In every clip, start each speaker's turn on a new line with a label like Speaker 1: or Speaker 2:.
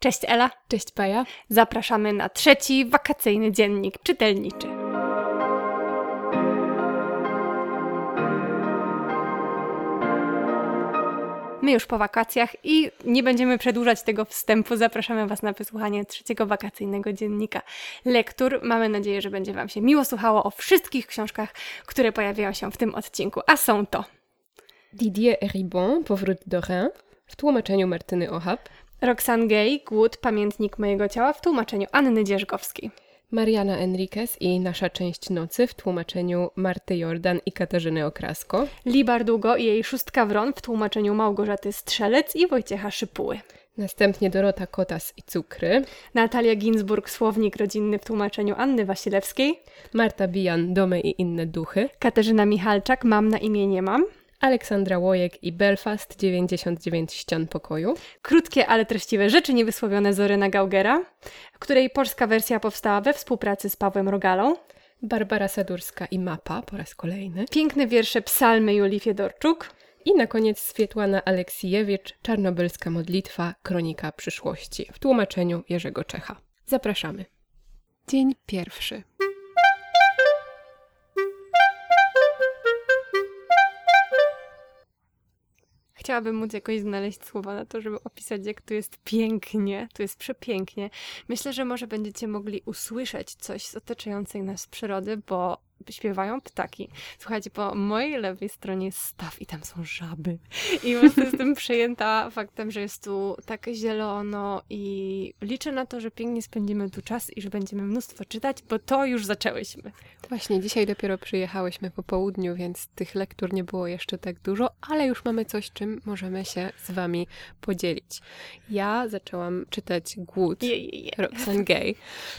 Speaker 1: Cześć Ela.
Speaker 2: Cześć Paja.
Speaker 1: Zapraszamy na 3. wakacyjny dziennik czytelniczy. My już po wakacjach i nie będziemy przedłużać tego wstępu. Zapraszamy Was na wysłuchanie 3. wakacyjnego dziennika lektur. Mamy nadzieję, że będzie Wam się miło słuchało o wszystkich książkach, które pojawiają się w tym odcinku. A są to
Speaker 2: Didier Eribon, Powrót do Reims, w tłumaczeniu Martyny Ochab.
Speaker 1: Roxane Gay, Głód, Pamiętnik mojego ciała, w tłumaczeniu Anny Dzierżgowskiej.
Speaker 2: Mariana Enriquez i Nasza część nocy, w tłumaczeniu Marty Jordan i Katarzyny Okrasko.
Speaker 1: Li Bardugo i jej Szóstka Wron, w tłumaczeniu Małgorzaty Strzelec i Wojciecha Szypuły.
Speaker 2: Następnie Dorota Kotas i Cukry.
Speaker 1: Natalia Ginsburg, Słownik rodzinny, w tłumaczeniu Anny Wasilewskiej.
Speaker 2: Marta Bijan, Domy i inne duchy.
Speaker 1: Katarzyna Michalczak, Mam na imię nie mam.
Speaker 2: Aleksandra Łojek i Belfast, 99 ścian pokoju.
Speaker 1: Krótkie, ale treściwe rzeczy niewysłowione Zoryna Gaugera, której polska wersja powstała we współpracy z Pawłem Rogalą.
Speaker 2: Barbara Sadurska i Mapa po raz kolejny.
Speaker 1: Piękne wiersze Psalmy Julii Fiedorczuk.
Speaker 2: I na koniec Swietłana Aleksijewicz, Czarnobylska modlitwa, kronika przyszłości, w tłumaczeniu Jerzego Czecha. Zapraszamy. Dzień pierwszy.
Speaker 1: Chciałabym móc jakoś znaleźć słowa na to, żeby opisać, jak tu jest pięknie, tu jest przepięknie. Myślę, że może będziecie mogli usłyszeć coś z otaczającej nas przyrody, bo śpiewają ptaki. Słuchajcie, po mojej lewej stronie jest staw i tam są żaby. I po prostu jestem przejęta faktem, że jest tu tak zielono i liczę na to, że pięknie spędzimy tu czas i że będziemy mnóstwo czytać, bo to już zaczęłyśmy.
Speaker 2: Właśnie, dzisiaj dopiero przyjechałyśmy po południu, więc tych lektur nie było jeszcze tak dużo, ale już mamy coś, czym możemy się z Wami podzielić. Ja zaczęłam czytać Głód Roxane Gay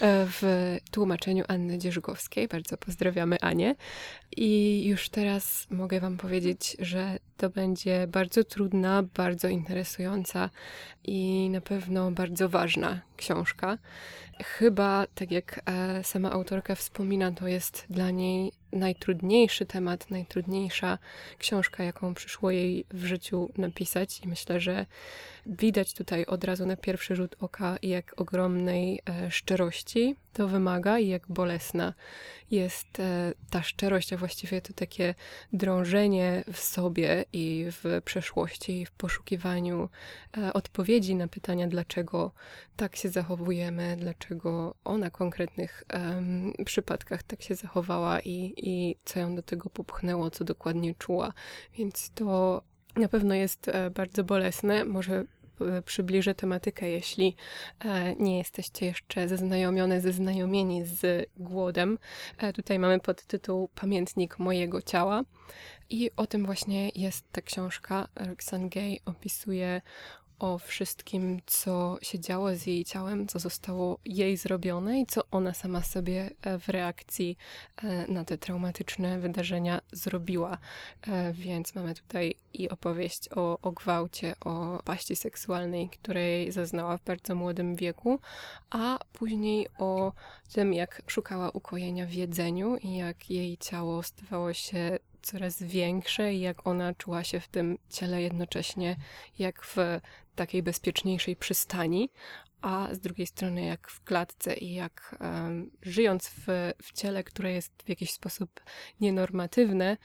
Speaker 2: w tłumaczeniu Anny Dzierżgowskiej. Bardzo pozdrawiamy Anię. I już teraz mogę Wam powiedzieć, że to będzie bardzo trudna, bardzo interesująca i na pewno bardzo ważna książka. Chyba, tak jak sama autorka wspomina, to jest dla niej najtrudniejszy temat, najtrudniejsza książka, jaką przyszło jej w życiu napisać. I myślę, że widać tutaj od razu na pierwszy rzut oka, jak ogromnej szczerości to wymaga i jak bolesna jest ta szczerość, a właściwie to takie drążenie w sobie i w przeszłości, i w poszukiwaniu odpowiedzi na pytania, dlaczego tak się zachowujemy, dlaczego ona w konkretnych przypadkach tak się zachowała i co ją do tego popchnęło, co dokładnie czuła. Więc to na pewno jest bardzo bolesne. Może przybliżę tematykę, jeśli nie jesteście jeszcze zaznajomieni z głodem. Tutaj mamy podtytuł Pamiętnik mojego ciała i o tym właśnie jest ta książka. Roxane Gay opisuje o wszystkim, co się działo z jej ciałem, co zostało jej zrobione i co ona sama sobie w reakcji na te traumatyczne wydarzenia zrobiła. Więc mamy tutaj i opowieść o gwałcie, o paści seksualnej, której zaznała w bardzo młodym wieku, a później o tym, jak szukała ukojenia w jedzeniu i jak jej ciało stawało się coraz większe i jak ona czuła się w tym ciele jednocześnie jak w takiej bezpieczniejszej przystani, a z drugiej strony jak w klatce i jak żyjąc w ciele, które jest w jakiś sposób nienormatywne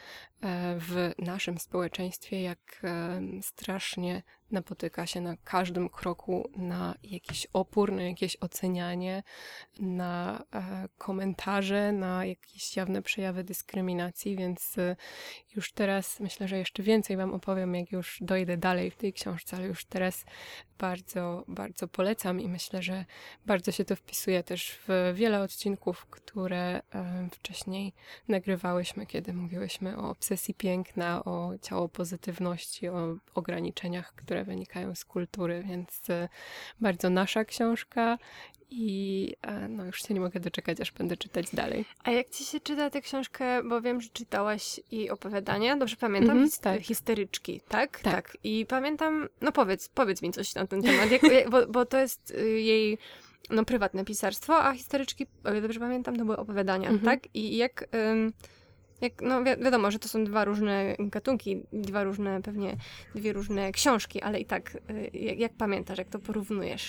Speaker 2: w naszym społeczeństwie, jak strasznie napotyka się na każdym kroku na jakiś opór, na jakieś ocenianie, na komentarze, na jakieś jawne przejawy dyskryminacji, więc już teraz myślę, że jeszcze więcej Wam opowiem, jak już dojdę dalej w tej książce, ale już teraz bardzo, bardzo polecam i myślę, że bardzo się to wpisuje też w wiele odcinków, które wcześniej nagrywałyśmy, kiedy mówiłyśmy o obsesji piękna, o ciało pozytywności, o ograniczeniach, które wynikają z kultury, więc bardzo nasza książka i no już się nie mogę doczekać, aż będę czytać dalej.
Speaker 1: A jak ci się czyta tę książkę, bo wiem, że czytałaś jej opowiadania, dobrze pamiętam?
Speaker 2: Tak.
Speaker 1: Histeryczki, tak?
Speaker 2: Tak.
Speaker 1: I pamiętam, no powiedz mi coś na ten temat, bo to jest jej prywatne pisarstwo, a Histeryczki, o ile dobrze pamiętam, to były opowiadania, tak? I jak wiadomo, że to są dwa różne gatunki, dwie różne książki, ale i tak, jak pamiętasz, jak to porównujesz?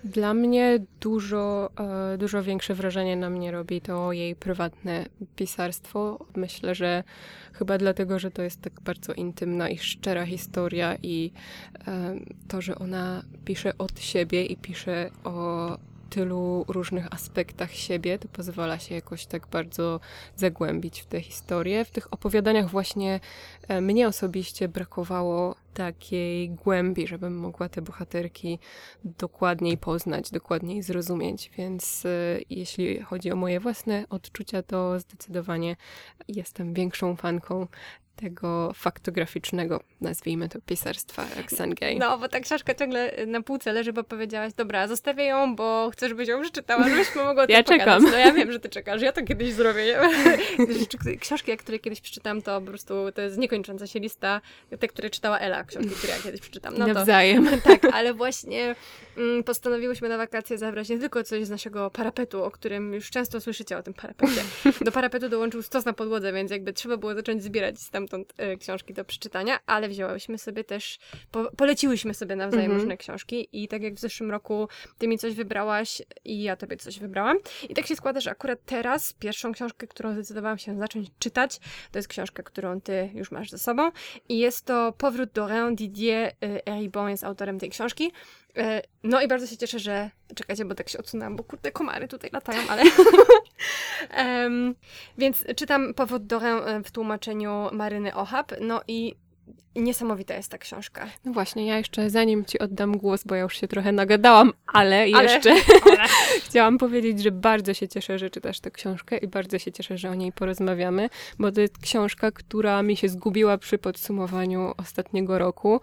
Speaker 2: Dla mnie dużo większe wrażenie na mnie robi to jej prywatne pisarstwo. Myślę, że chyba dlatego, że to jest tak bardzo intymna i szczera historia i to, że ona pisze od siebie i pisze o tylu różnych aspektach siebie, to pozwala się jakoś tak bardzo zagłębić w tę historię. W tych opowiadaniach właśnie mnie osobiście brakowało takiej głębi, żebym mogła te bohaterki dokładniej poznać, dokładniej zrozumieć, więc jeśli chodzi o moje własne odczucia, to zdecydowanie jestem większą fanką tego faktograficznego, nazwijmy to, pisarstwa Roxane Gay.
Speaker 1: No, bo ta książka ciągle na półce leży, bo powiedziałaś, dobra, zostawię ją, bo chcę, żebyś ją przeczytała, żebyśmy mogły o tym pogadać.
Speaker 2: Czekam.
Speaker 1: No ja wiem, że ty czekasz, ja to kiedyś zrobię. Książki, które kiedyś przeczytałam, to po prostu to jest niekończąca się lista, te, które czytała Ela, książki, które ja kiedyś przeczytam. No
Speaker 2: nawzajem.
Speaker 1: To, tak, ale właśnie postanowiłyśmy na wakacje zabrać nie tylko coś z naszego parapetu, o którym już często słyszycie o tym parapecie. Do parapetu dołączył stos na podłodze, więc jakby trzeba było zacząć zbierać stamtąd książki do przeczytania, ale wzięłyśmy sobie też, poleciłyśmy sobie nawzajem różne książki i tak jak w zeszłym roku ty mi coś wybrałaś i ja tobie coś wybrałam. I tak się składa, że akurat teraz pierwszą książkę, którą zdecydowałam się zacząć czytać, to jest książka, którą ty już masz ze sobą i jest to Powrót do Reims. Didier Eribon jest autorem tej książki. No i bardzo się cieszę, że... Czekajcie, bo tak się odsunęłam, bo kurde, komary tutaj latają, ale... Więc czytam Powrót do Reims w tłumaczeniu Maryny Ochab, no i niesamowita jest ta książka.
Speaker 2: No właśnie, ja jeszcze zanim ci oddam głos, bo ja już się trochę nagadałam, ale jeszcze chciałam powiedzieć, że bardzo się cieszę, że czytasz tę książkę i bardzo się cieszę, że o niej porozmawiamy, bo to jest książka, która mi się zgubiła przy podsumowaniu ostatniego roku,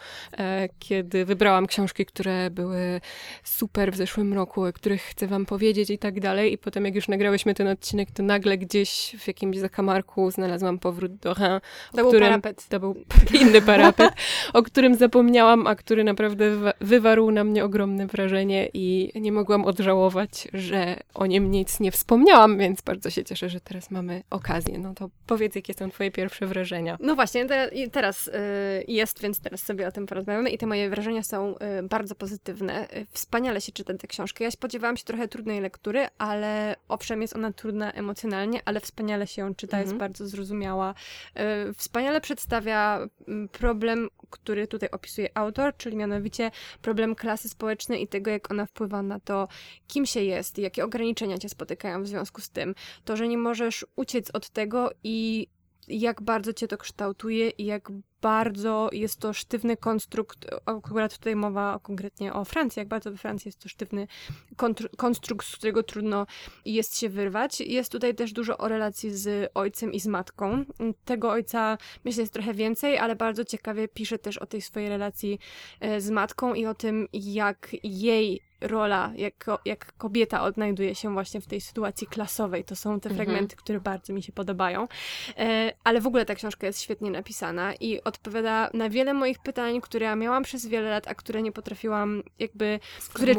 Speaker 2: kiedy wybrałam książki, które były super w zeszłym roku, o których chcę wam powiedzieć i tak dalej i potem jak już nagrałyśmy ten odcinek, to nagle gdzieś w jakimś zakamarku znalazłam Powrót do Reims.
Speaker 1: To był parapet.
Speaker 2: To był inny parapet, o którym zapomniałam, a który naprawdę wywarł na mnie ogromne wrażenie i nie mogłam odżałować, że o nim nic nie wspomniałam, więc bardzo się cieszę, że teraz mamy okazję. No to powiedz, jakie są twoje pierwsze wrażenia.
Speaker 1: No właśnie, teraz jest, więc teraz sobie o tym porozmawiamy i te moje wrażenia są bardzo pozytywne. Wspaniale się czyta tę książkę. Ja spodziewałam się trochę trudnej lektury, ale owszem, jest ona trudna emocjonalnie, ale wspaniale się ją czyta, jest bardzo zrozumiała. Wspaniale przedstawia problem, który tutaj opisuje autor, czyli mianowicie problem klasy społecznej i tego, jak ona wpływa na to, kim się jest, jakie ograniczenia cię spotykają w związku z tym. To, że nie możesz uciec od tego i jak bardzo cię to kształtuje i jak bardzo jest to sztywny konstrukt, akurat tutaj mowa konkretnie o Francji, jak bardzo we Francji jest to sztywny konstrukt, z którego trudno jest się wyrwać. Jest tutaj też dużo o relacji z ojcem i z matką. Tego ojca, myślę, jest trochę więcej, ale bardzo ciekawie pisze też o tej swojej relacji z matką i o tym, jak jej rola, jak kobieta odnajduje się właśnie w tej sytuacji klasowej. To są te fragmenty, które bardzo mi się podobają. Ale w ogóle ta książka jest świetnie napisana i odpowiada na wiele moich pytań, które ja miałam przez wiele lat, a które nie potrafiłam jakby... Które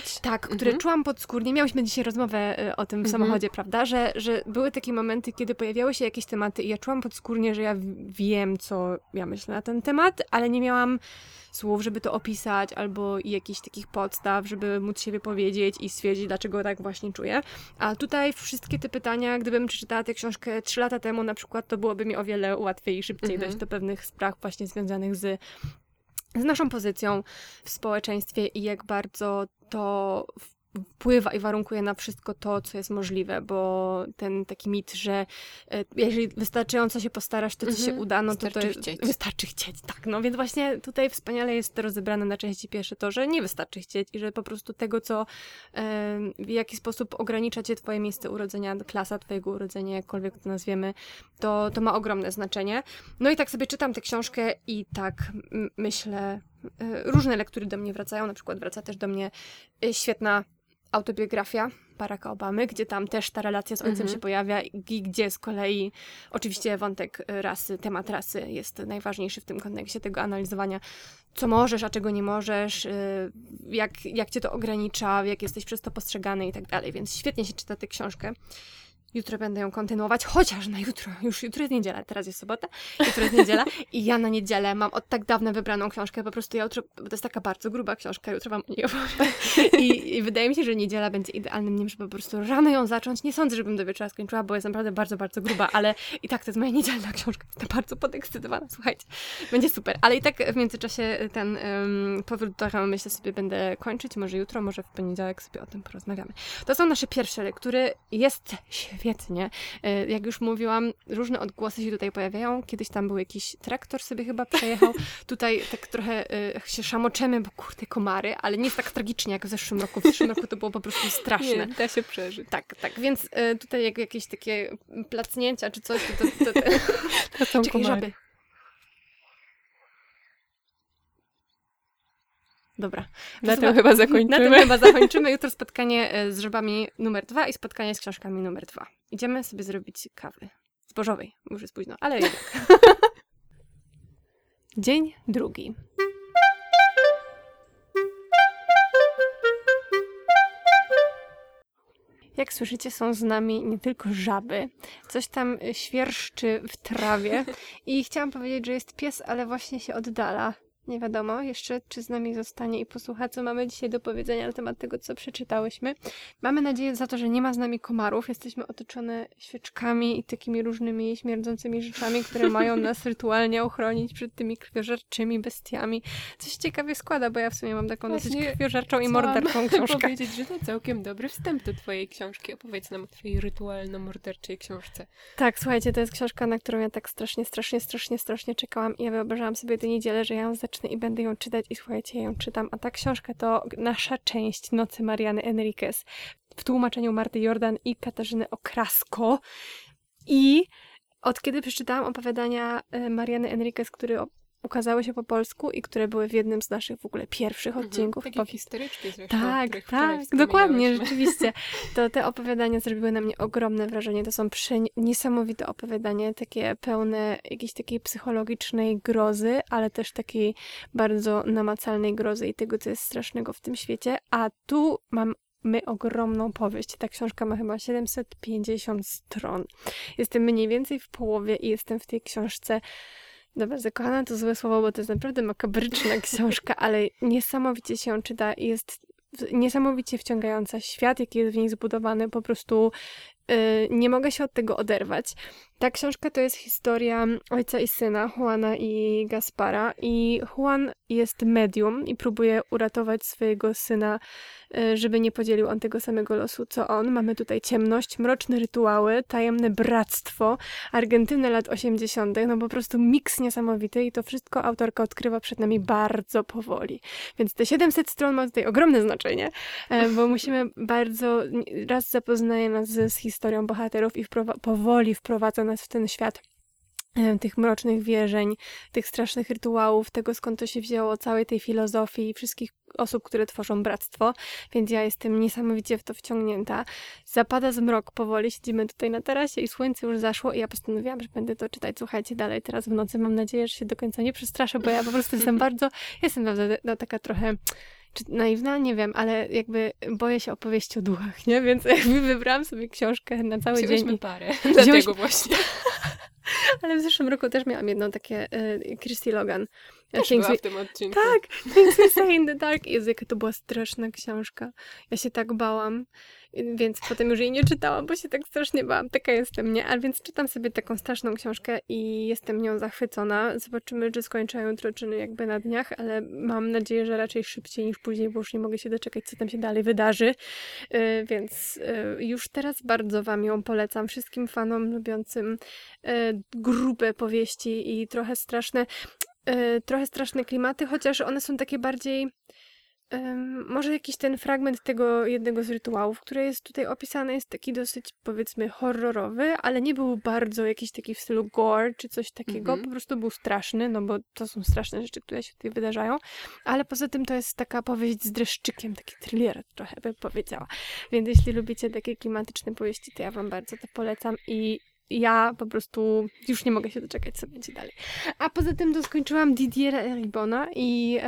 Speaker 1: czułam podskórnie. Miałyśmy dzisiaj rozmowę o tym w samochodzie, prawda? Że były takie momenty, kiedy pojawiały się jakieś tematy i ja czułam podskórnie, że ja wiem, co ja myślę na ten temat, ale nie miałam słów, żeby to opisać, albo jakichś takich podstaw, żeby móc się wypowiedzieć i stwierdzić, dlaczego tak właśnie czuję. A tutaj wszystkie te pytania, gdybym przeczytała tę książkę 3 lata temu na przykład, to byłoby mi o wiele łatwiej i szybciej dojść do pewnych spraw właśnie związanych z naszą pozycją w społeczeństwie i jak bardzo to wpływa i warunkuje na wszystko to, co jest możliwe, bo ten taki mit, że jeżeli wystarczająco się postarasz, to ci się uda, no to wystarczy chcieć. Tak, no więc właśnie tutaj wspaniale jest to rozebrane na części pierwsze to, że nie wystarczy chcieć i że po prostu tego, co w jaki sposób ogranicza cię twoje miejsce urodzenia, klasa twojego urodzenia, jakkolwiek to nazwiemy, to ma ogromne znaczenie. No i tak sobie czytam tę książkę i tak myślę, różne lektury do mnie wracają, na przykład wraca też do mnie świetna autobiografia Baracka Obamy, gdzie tam też ta relacja z ojcem się pojawia i gdzie z kolei oczywiście wątek rasy, temat rasy jest najważniejszy w tym kontekście tego analizowania, co możesz, a czego nie możesz, jak cię to ogranicza, jak jesteś przez to postrzegany i tak dalej, więc świetnie się czyta tę książkę. jutro będę ją kontynuować, chociaż na jutro jest niedziela, teraz jest sobota, jutro jest niedziela i ja na niedzielę mam od tak dawna wybraną książkę, po prostu ja jutro, bo to jest taka bardzo gruba książka, jutro wam o niej opowiem. I wydaje mi się, że niedziela będzie idealnym dniem, żeby po prostu rano ją zacząć. Nie sądzę, żebym do wieczora skończyła, bo jest naprawdę bardzo, bardzo gruba, ale i tak to jest moja niedzielna książka, jestem bardzo podekscytowana, słuchajcie, będzie super. Ale i tak w międzyczasie ten powrót do Ramy, myślę sobie, będę kończyć, może jutro, może w poniedziałek sobie o tym porozmawiamy. To są nasze pierwsze lektury, jest świetnie. Jak już mówiłam, różne odgłosy się tutaj pojawiają. Kiedyś tam był jakiś traktor sobie chyba przejechał. Tutaj tak trochę się szamoczemy, bo kurde komary, ale nie jest tak tragicznie jak w zeszłym roku. W zeszłym roku to było po prostu straszne.
Speaker 2: Nie, da się przeżyć.
Speaker 1: Tak, więc tutaj jakieś takie placnięcia czy coś,
Speaker 2: to są
Speaker 1: czekaj,
Speaker 2: komary.
Speaker 1: żaby. Dobra.
Speaker 2: Na tym chyba
Speaker 1: zakończymy. Jutro spotkanie z żabami numer 2 i spotkanie z książkami numer 2. Idziemy sobie zrobić kawy. Zbożowej. Już jest późno, ale jednak. Dzień drugi. Jak słyszycie, są z nami nie tylko żaby, coś tam świerszczy w trawie i chciałam powiedzieć, że jest pies, ale właśnie się oddala. Nie wiadomo jeszcze, czy z nami zostanie i posłucha, co mamy dzisiaj do powiedzenia na temat tego, co przeczytałyśmy. Mamy nadzieję za to, że nie ma z nami komarów. Jesteśmy otoczone świeczkami i takimi różnymi śmierdzącymi rzeczami, które mają nas rytualnie ochronić przed tymi krwiożerczymi bestiami. Coś ciekawie składa, bo ja w sumie mam taką dosyć krwiożerczą i morderczą książkę.
Speaker 2: Powiedzieć, że to całkiem dobry wstęp do twojej książki. Opowiedz nam o twojej rytualno-morderczej książce.
Speaker 1: Tak, słuchajcie, to jest książka, na którą ja tak strasznie czekałam i ja wyobrażałam sobie tę niedzielę, że ja ją zacznę i będę ją czytać i słuchajcie, ja ją czytam. A ta książka to nasza część Nocy Mariany Enriquez w tłumaczeniu Marty Jordan i Katarzyny Okrasko. I od kiedy przeczytałam opowiadania Mariany Enriquez, które ukazały się po polsku i które były w jednym z naszych w ogóle pierwszych odcinków.
Speaker 2: Takie historyczki zresztą.
Speaker 1: Tak, dokładnie, rzeczywiście. To te opowiadania zrobiły na mnie ogromne wrażenie. To są niesamowite opowiadania, takie pełne jakiejś takiej psychologicznej grozy, ale też takiej bardzo namacalnej grozy i tego, co jest strasznego w tym świecie. A tu mamy ogromną powieść. Ta książka ma chyba 750 stron. Jestem mniej więcej w połowie i jestem w tej książce. Dobra, zakochana to złe słowo, bo to jest naprawdę makabryczna książka, ale niesamowicie się ją czyta i jest niesamowicie wciągająca. Świat, jaki jest w niej zbudowany, po prostu nie mogę się od tego oderwać. Ta książka to jest historia ojca i syna, Juana i Gaspara, i Juan jest medium i próbuje uratować swojego syna, żeby nie podzielił on tego samego losu co on. Mamy tutaj ciemność, mroczne rytuały, tajemne bractwo, Argentynę lat 80., no po prostu miks niesamowity i to wszystko autorka odkrywa przed nami bardzo powoli. Więc te 700 stron ma tutaj ogromne znaczenie, bo musimy bardzo, raz zapoznaje nas z historią bohaterów i powoli wprowadza nas w ten świat tych mrocznych wierzeń, tych strasznych rytuałów, tego skąd to się wzięło, całej tej filozofii i wszystkich osób, które tworzą bractwo, więc ja jestem niesamowicie w to wciągnięta. Zapada zmrok powoli, siedzimy tutaj na tarasie i słońce już zaszło i ja postanowiłam, że będę to czytać. Słuchajcie, dalej teraz w nocy. Mam nadzieję, że się do końca nie przestraszę, bo ja po prostu jestem taka trochę naiwna, nie wiem, ale jakby boję się opowieści o duchach, nie? Więc jakby wybrałam sobie książkę na cały dzień.
Speaker 2: Wzięłyśmy parę, dlatego właśnie.
Speaker 1: Ale w zeszłym roku też miałam jedną takie Christy Logan.
Speaker 2: Też była w tym odcinku.
Speaker 1: Tak, Things We Say in the Dark. Jezu, jaka to była straszna książka. Ja się tak bałam, więc potem już jej nie czytałam, bo się tak strasznie bałam. Taka jestem, nie? A więc czytam sobie taką straszną książkę i jestem nią zachwycona. Zobaczymy, czy skończę jutro, czy jakby na dniach, ale mam nadzieję, że raczej szybciej niż później, bo już nie mogę się doczekać, co tam się dalej wydarzy. Więc już teraz bardzo wam ją polecam. Wszystkim fanom lubiącym grube powieści i trochę straszne klimaty, chociaż one są takie bardziej może jakiś ten fragment tego jednego z rytuałów, który jest tutaj opisany, jest taki dosyć, powiedzmy, horrorowy, ale nie był bardzo jakiś taki w stylu gore czy coś takiego, po prostu był straszny, no bo to są straszne rzeczy, które się tutaj wydarzają, ale poza tym to jest taka powieść z dreszczykiem, taki thriller trochę bym powiedziała, więc jeśli lubicie takie klimatyczne powieści, to ja wam bardzo to polecam i ja po prostu już nie mogę się doczekać, co będzie dalej. A poza tym to skończyłam Didiera Eribona i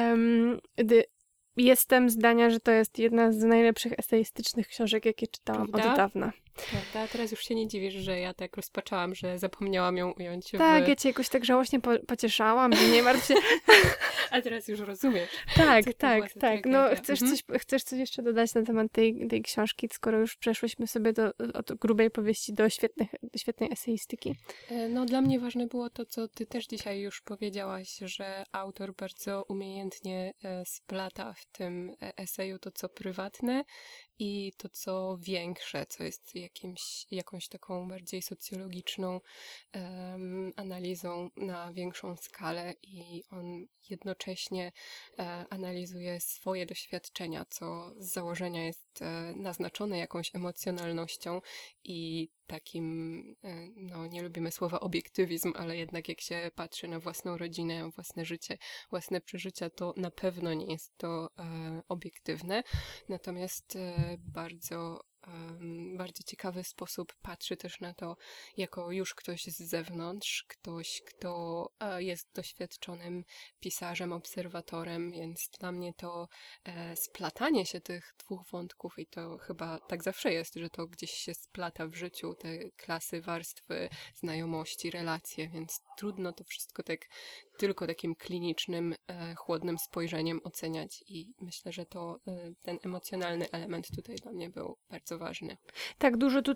Speaker 1: jestem zdania, że to jest jedna z najlepszych eseistycznych książek, jakie czytałam od dawna.
Speaker 2: Prawda? A teraz już się nie dziwisz, że ja tak rozpaczałam, że zapomniałam ją ująć
Speaker 1: Tak, ja cię jakoś tak żałośnie pocieszałam, że nie martw się.
Speaker 2: A teraz już rozumiesz.
Speaker 1: Tak. No, chcesz coś jeszcze dodać na temat tej książki, skoro już przeszłyśmy sobie od grubej powieści do świetnej eseistyki?
Speaker 2: No, dla mnie ważne było to, co ty też dzisiaj już powiedziałaś, że autor bardzo umiejętnie splata w tym eseju to, co prywatne i to, co większe, co jest jakąś taką bardziej socjologiczną analizą na większą skalę i on jednocześnie analizuje swoje doświadczenia, co z założenia jest naznaczone jakąś emocjonalnością i takim, no nie lubimy słowa obiektywizm, ale jednak jak się patrzy na własną rodzinę, własne życie, własne przeżycia, to na pewno nie jest to obiektywne. Natomiast bardzo ciekawy sposób patrzy też na to jako już ktoś z zewnątrz, ktoś, kto jest doświadczonym pisarzem, obserwatorem, więc dla mnie to splatanie się tych dwóch wątków i to chyba tak zawsze jest, że to gdzieś się splata w życiu, te klasy, warstwy, znajomości, relacje, więc trudno to wszystko tak tylko takim klinicznym, chłodnym spojrzeniem oceniać i myślę, że to ten emocjonalny element tutaj dla mnie był bardzo ważny.
Speaker 1: Tak,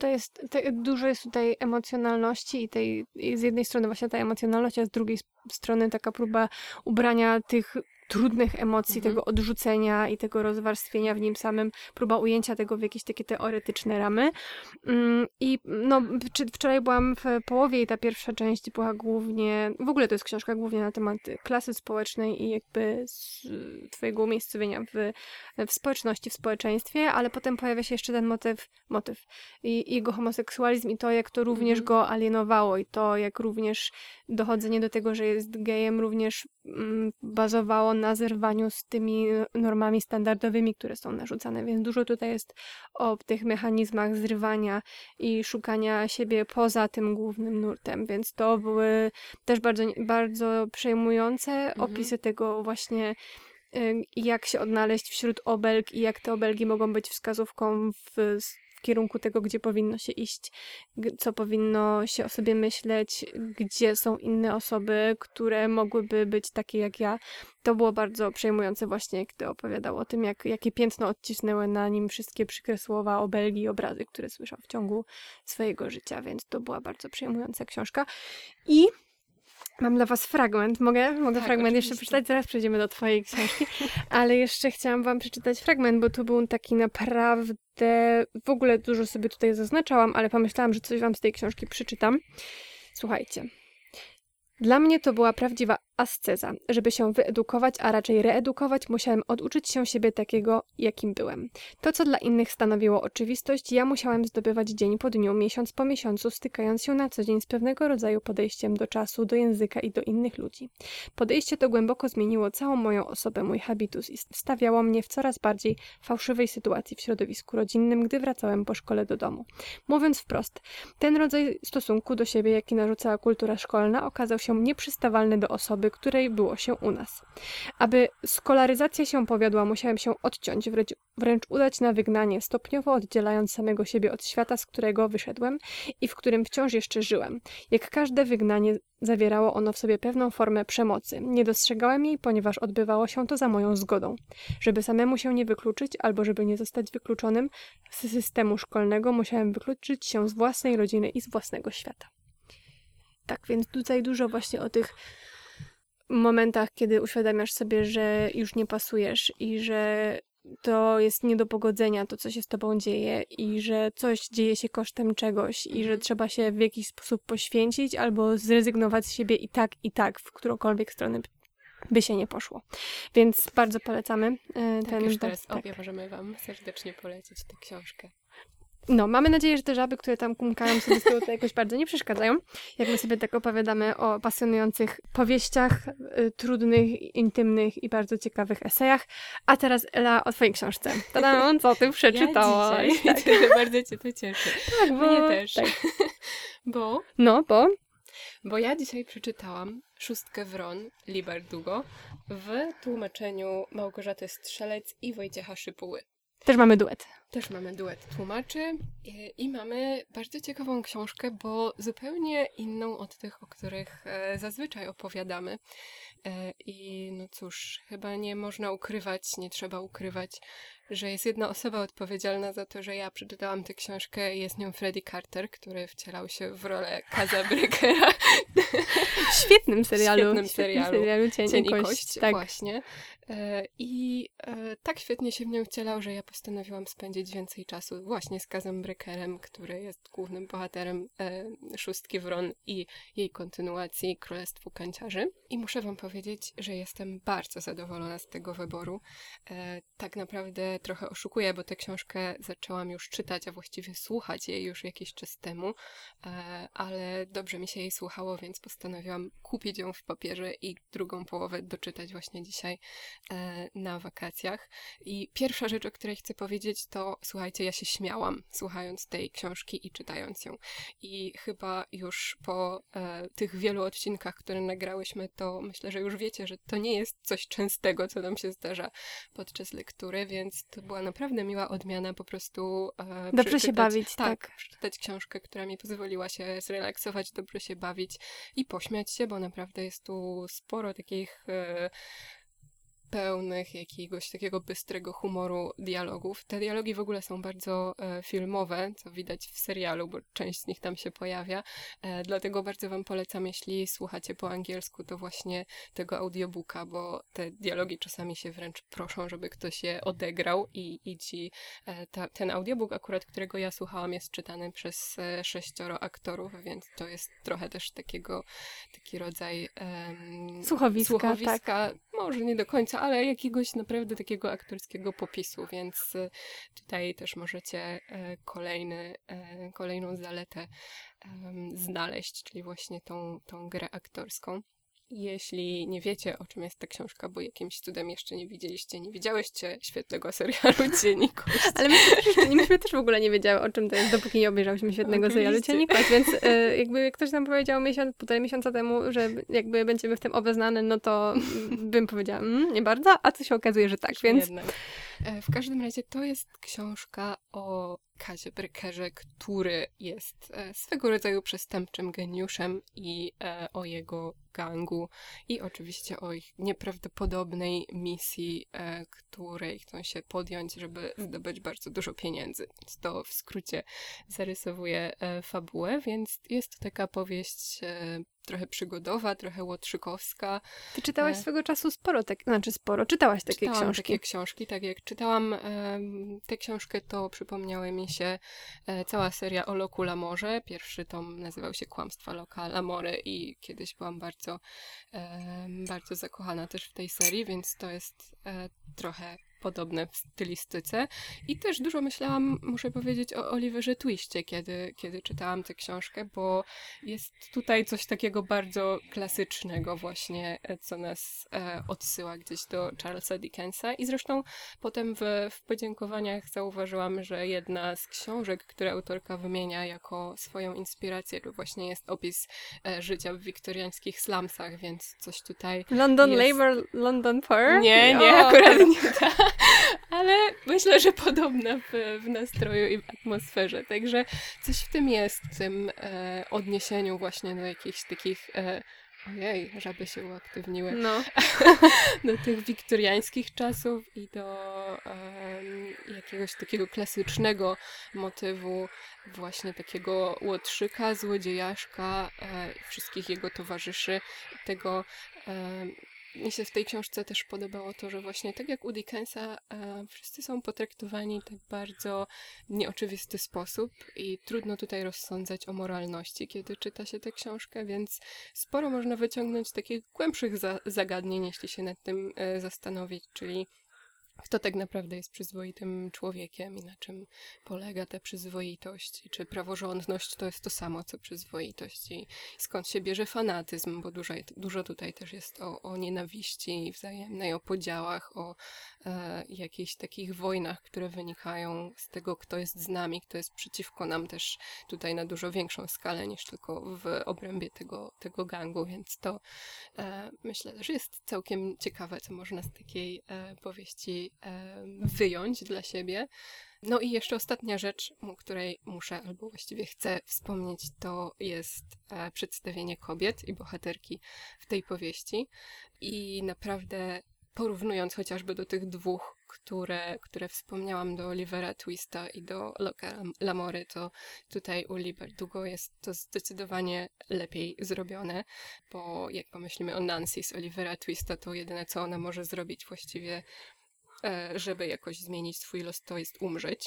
Speaker 1: dużo jest tutaj emocjonalności i z jednej strony właśnie ta emocjonalność, a z drugiej strony taka próba ubrania tych trudnych emocji, tego odrzucenia i tego rozwarstwienia w nim samym, próba ujęcia tego w jakieś takie teoretyczne ramy. I no, wczoraj byłam w połowie i ta pierwsza część była głównie, w ogóle to jest książka głównie na temat klasy społecznej i jakby twojego umiejscowienia w społeczności, w społeczeństwie, ale potem pojawia się jeszcze ten motyw i jego homoseksualizm i to, jak to również go alienowało i to, jak również dochodzenie do tego, że jest gejem, również bazowało na zerwaniu z tymi normami standardowymi, które są narzucane, więc dużo tutaj jest o tych mechanizmach zrywania i szukania siebie poza tym głównym nurtem, więc to były też bardzo, bardzo przejmujące opisy tego właśnie, jak się odnaleźć wśród obelg i jak te obelgi mogą być wskazówką w kierunku tego, gdzie powinno się iść, co powinno się o sobie myśleć, gdzie są inne osoby, które mogłyby być takie jak ja. To było bardzo przejmujące właśnie, jak ty opowiadał o tym, jakie piętno odcisnęły na nim wszystkie przykre słowa, obelgi i obrazy, które słyszał w ciągu swojego życia, więc to była bardzo przejmująca książka. I mam dla was fragment. Mogę
Speaker 2: tak,
Speaker 1: fragment jeszcze przeczytać? Zaraz przejdziemy do twojej książki. Ale jeszcze chciałam wam przeczytać fragment, bo to był taki naprawdę... W ogóle dużo sobie tutaj zaznaczałam, ale pomyślałam, że coś wam z tej książki przeczytam. Słuchajcie. Dla mnie to była prawdziwa asceza. Żeby się wyedukować, a raczej reedukować, musiałem oduczyć się siebie takiego, jakim byłem. To, co dla innych stanowiło oczywistość, ja musiałem zdobywać dzień po dniu, miesiąc po miesiącu, stykając się na co dzień z pewnego rodzaju podejściem do czasu, do języka i do innych ludzi. Podejście to głęboko zmieniło całą moją osobę, mój habitus i stawiało mnie w coraz bardziej fałszywej sytuacji w środowisku rodzinnym, gdy wracałem po szkole do domu. Mówiąc wprost, ten rodzaj stosunku do siebie, jaki narzucała kultura szkolna, okazał się nieprzystawalny do osoby, której było się u nas. Aby skolaryzacja się powiodła, musiałem się odciąć, wręcz udać na wygnanie, stopniowo oddzielając samego siebie od świata, z którego wyszedłem i w którym wciąż jeszcze żyłem. Jak każde wygnanie, zawierało ono w sobie pewną formę przemocy. Nie dostrzegałem jej, ponieważ odbywało się to za moją zgodą. Żeby samemu się nie wykluczyć, albo żeby nie zostać wykluczonym z systemu szkolnego, musiałem wykluczyć się z własnej rodziny i z własnego świata. Tak, więc tutaj dużo właśnie o tych momentach, kiedy uświadamiasz sobie, że już nie pasujesz i że to jest nie do pogodzenia, to co się z tobą dzieje i że coś dzieje się kosztem czegoś i że trzeba się w jakiś sposób poświęcić albo zrezygnować z siebie i tak, w którąkolwiek stronę by się nie poszło. Więc bardzo polecamy.
Speaker 2: Już teraz obie możemy wam serdecznie polecić tę książkę.
Speaker 1: No, mamy nadzieję, że te żaby, które tam kumkają sobie z tyłu, to jakoś bardzo nie przeszkadzają. Jak my sobie tak opowiadamy o pasjonujących powieściach, trudnych, intymnych i bardzo ciekawych esejach. A teraz Ela o twojej książce. Tadam, co ty przeczytałaś?
Speaker 2: Ja dzisiaj, tak. Bardzo cię to cieszy.
Speaker 1: Tak, bo...
Speaker 2: Mnie też. Tak. Bo ja dzisiaj przeczytałam Szóstkę Wron Li Bardugo w tłumaczeniu Małgorzaty Strzelec i Wojciecha Szypuły.
Speaker 1: Też mamy duet.
Speaker 2: Też mamy duet tłumaczy i mamy bardzo ciekawą książkę, bo zupełnie inną od tych, o których zazwyczaj opowiadamy. I no cóż, chyba nie można ukrywać, nie trzeba ukrywać, że jest jedna osoba odpowiedzialna za to, że ja przeczytałam tę książkę i jest nią Freddie Carter, który wcielał się w rolę Kaza Breckera.
Speaker 1: W świetnym serialu Cień i Kość.
Speaker 2: Tak. Właśnie. I tak świetnie się w nią wcielał, że ja postanowiłam spędzić więcej czasu właśnie z Kazem Breckerem, który jest głównym bohaterem Szóstki Wron i jej kontynuacji Królestwu Kanciarzy. I muszę wam powiedzieć, że jestem bardzo zadowolona z tego wyboru. Tak naprawdę trochę oszukuję, bo tę książkę zaczęłam już czytać, a właściwie słuchać jej już jakiś czas temu, ale dobrze mi się jej słuchało, więc postanowiłam kupić ją w papierze i drugą połowę doczytać właśnie dzisiaj na wakacjach. I pierwsza rzecz, o której chcę powiedzieć, to słuchajcie, ja się śmiałam słuchając tej książki i czytając ją. I chyba już po tych wielu odcinkach, które nagrałyśmy, to myślę, że już wiecie, że to nie jest coś częstego, co nam się zdarza podczas lektury, więc to była naprawdę miła odmiana po prostu
Speaker 1: dobrze się bawić, tak.
Speaker 2: Przeczytać książkę, która mi pozwoliła się zrelaksować, dobrze się bawić i pośmiać się, bo naprawdę jest tu sporo takich pełnych jakiegoś takiego bystrego humoru dialogów. Te dialogi w ogóle są bardzo filmowe, co widać w serialu, bo część z nich tam się pojawia. Dlatego bardzo wam polecam, jeśli słuchacie po angielsku, to właśnie tego audiobooka, bo te dialogi czasami się wręcz proszą, żeby ktoś je odegrał i ten audiobook akurat, którego ja słuchałam, jest czytany przez 6 aktorów, więc to jest trochę też taki rodzaj
Speaker 1: słuchowiska,
Speaker 2: tak. Może nie do końca, ale jakiegoś naprawdę takiego aktorskiego popisu, więc tutaj też możecie kolejną zaletę znaleźć, czyli właśnie tą grę aktorską. Jeśli nie wiecie, o czym jest ta książka, bo jakimś cudem jeszcze nie widziałyście świetnego serialu Cień i Kość.
Speaker 1: Ale myśmy też w ogóle nie wiedziały, o czym to jest, dopóki nie obejrzałyśmy świetnego serialu Cień i Kość, więc jakby ktoś nam powiedział półtorej miesiąca temu, że jakby będziemy w tym obeznane, no to bym powiedziała, nie bardzo, a co się okazuje, że tak, więc...
Speaker 2: Jednak. W każdym razie to jest książka o Kazie Breckerze, który jest swego rodzaju przestępczym geniuszem i o jego gangu i oczywiście o ich nieprawdopodobnej misji, której chcą się podjąć, żeby zdobyć bardzo dużo pieniędzy. Więc to w skrócie zarysowuje fabułę, więc jest to taka powieść trochę przygodowa, trochę łotrzykowska.
Speaker 1: Ty czytałaś swego czasu czytałaś takie książki.
Speaker 2: Czytałam takie książki, tak jak czytałam tę książkę, to przypomniały mi się cała seria o Loc'u Lamorze. Pierwszy tom nazywał się Kłamstwa Loc'a Lamore i kiedyś byłam bardzo zakochana też w tej serii, więc to jest trochę podobne w stylistyce. I też dużo myślałam, muszę powiedzieć, o Oliverze Twistie, kiedy czytałam tę książkę, bo jest tutaj coś takiego bardzo klasycznego właśnie, co nas odsyła gdzieś do Charlesa Dickensa. I zresztą potem w podziękowaniach zauważyłam, że jedna z książek, które autorka wymienia jako swoją inspirację, to właśnie jest opis życia w wiktoriańskich slumsach, więc coś tutaj
Speaker 1: London
Speaker 2: jest...
Speaker 1: Labour, London Poor?
Speaker 2: Nie, akurat nie ta. Ale myślę, że podobna w nastroju i w atmosferze. Także coś w tym jest, w tym odniesieniu właśnie do jakichś takich... Ojej, żaby się uaktywniły.
Speaker 1: No.
Speaker 2: Do tych wiktoriańskich czasów i do jakiegoś takiego klasycznego motywu właśnie takiego łotrzyka, złodziejaszka i wszystkich jego towarzyszy. Tego mi się w tej książce też podobało to, że właśnie tak jak u Dickensa wszyscy są potraktowani tak bardzo nieoczywisty sposób i trudno tutaj rozsądzać o moralności, kiedy czyta się tę książkę, więc sporo można wyciągnąć takich głębszych zagadnień, jeśli się nad tym zastanowić, czyli kto tak naprawdę jest przyzwoitym człowiekiem i na czym polega ta przyzwoitość, czy praworządność to jest to samo, co przyzwoitość i skąd się bierze fanatyzm, bo dużo tutaj też jest o nienawiści wzajemnej, o podziałach, o jakichś takich wojnach, które wynikają z tego, kto jest z nami, kto jest przeciwko nam, też tutaj na dużo większą skalę niż tylko w obrębie tego gangu, więc to myślę, że jest całkiem ciekawe, co można z takiej powieści wyjąć dla siebie. No i jeszcze ostatnia rzecz, o której muszę, albo właściwie chcę wspomnieć, to jest przedstawienie kobiet i bohaterki w tej powieści. I naprawdę porównując chociażby do tych dwóch, które wspomniałam, do Olivera Twista i do Locke Lamory, to tutaj u Leigh Bardugo jest to zdecydowanie lepiej zrobione, bo jak pomyślimy o Nancy z Olivera Twista, to jedyne, co ona może zrobić właściwie, żeby jakoś zmienić swój los, to jest umrzeć.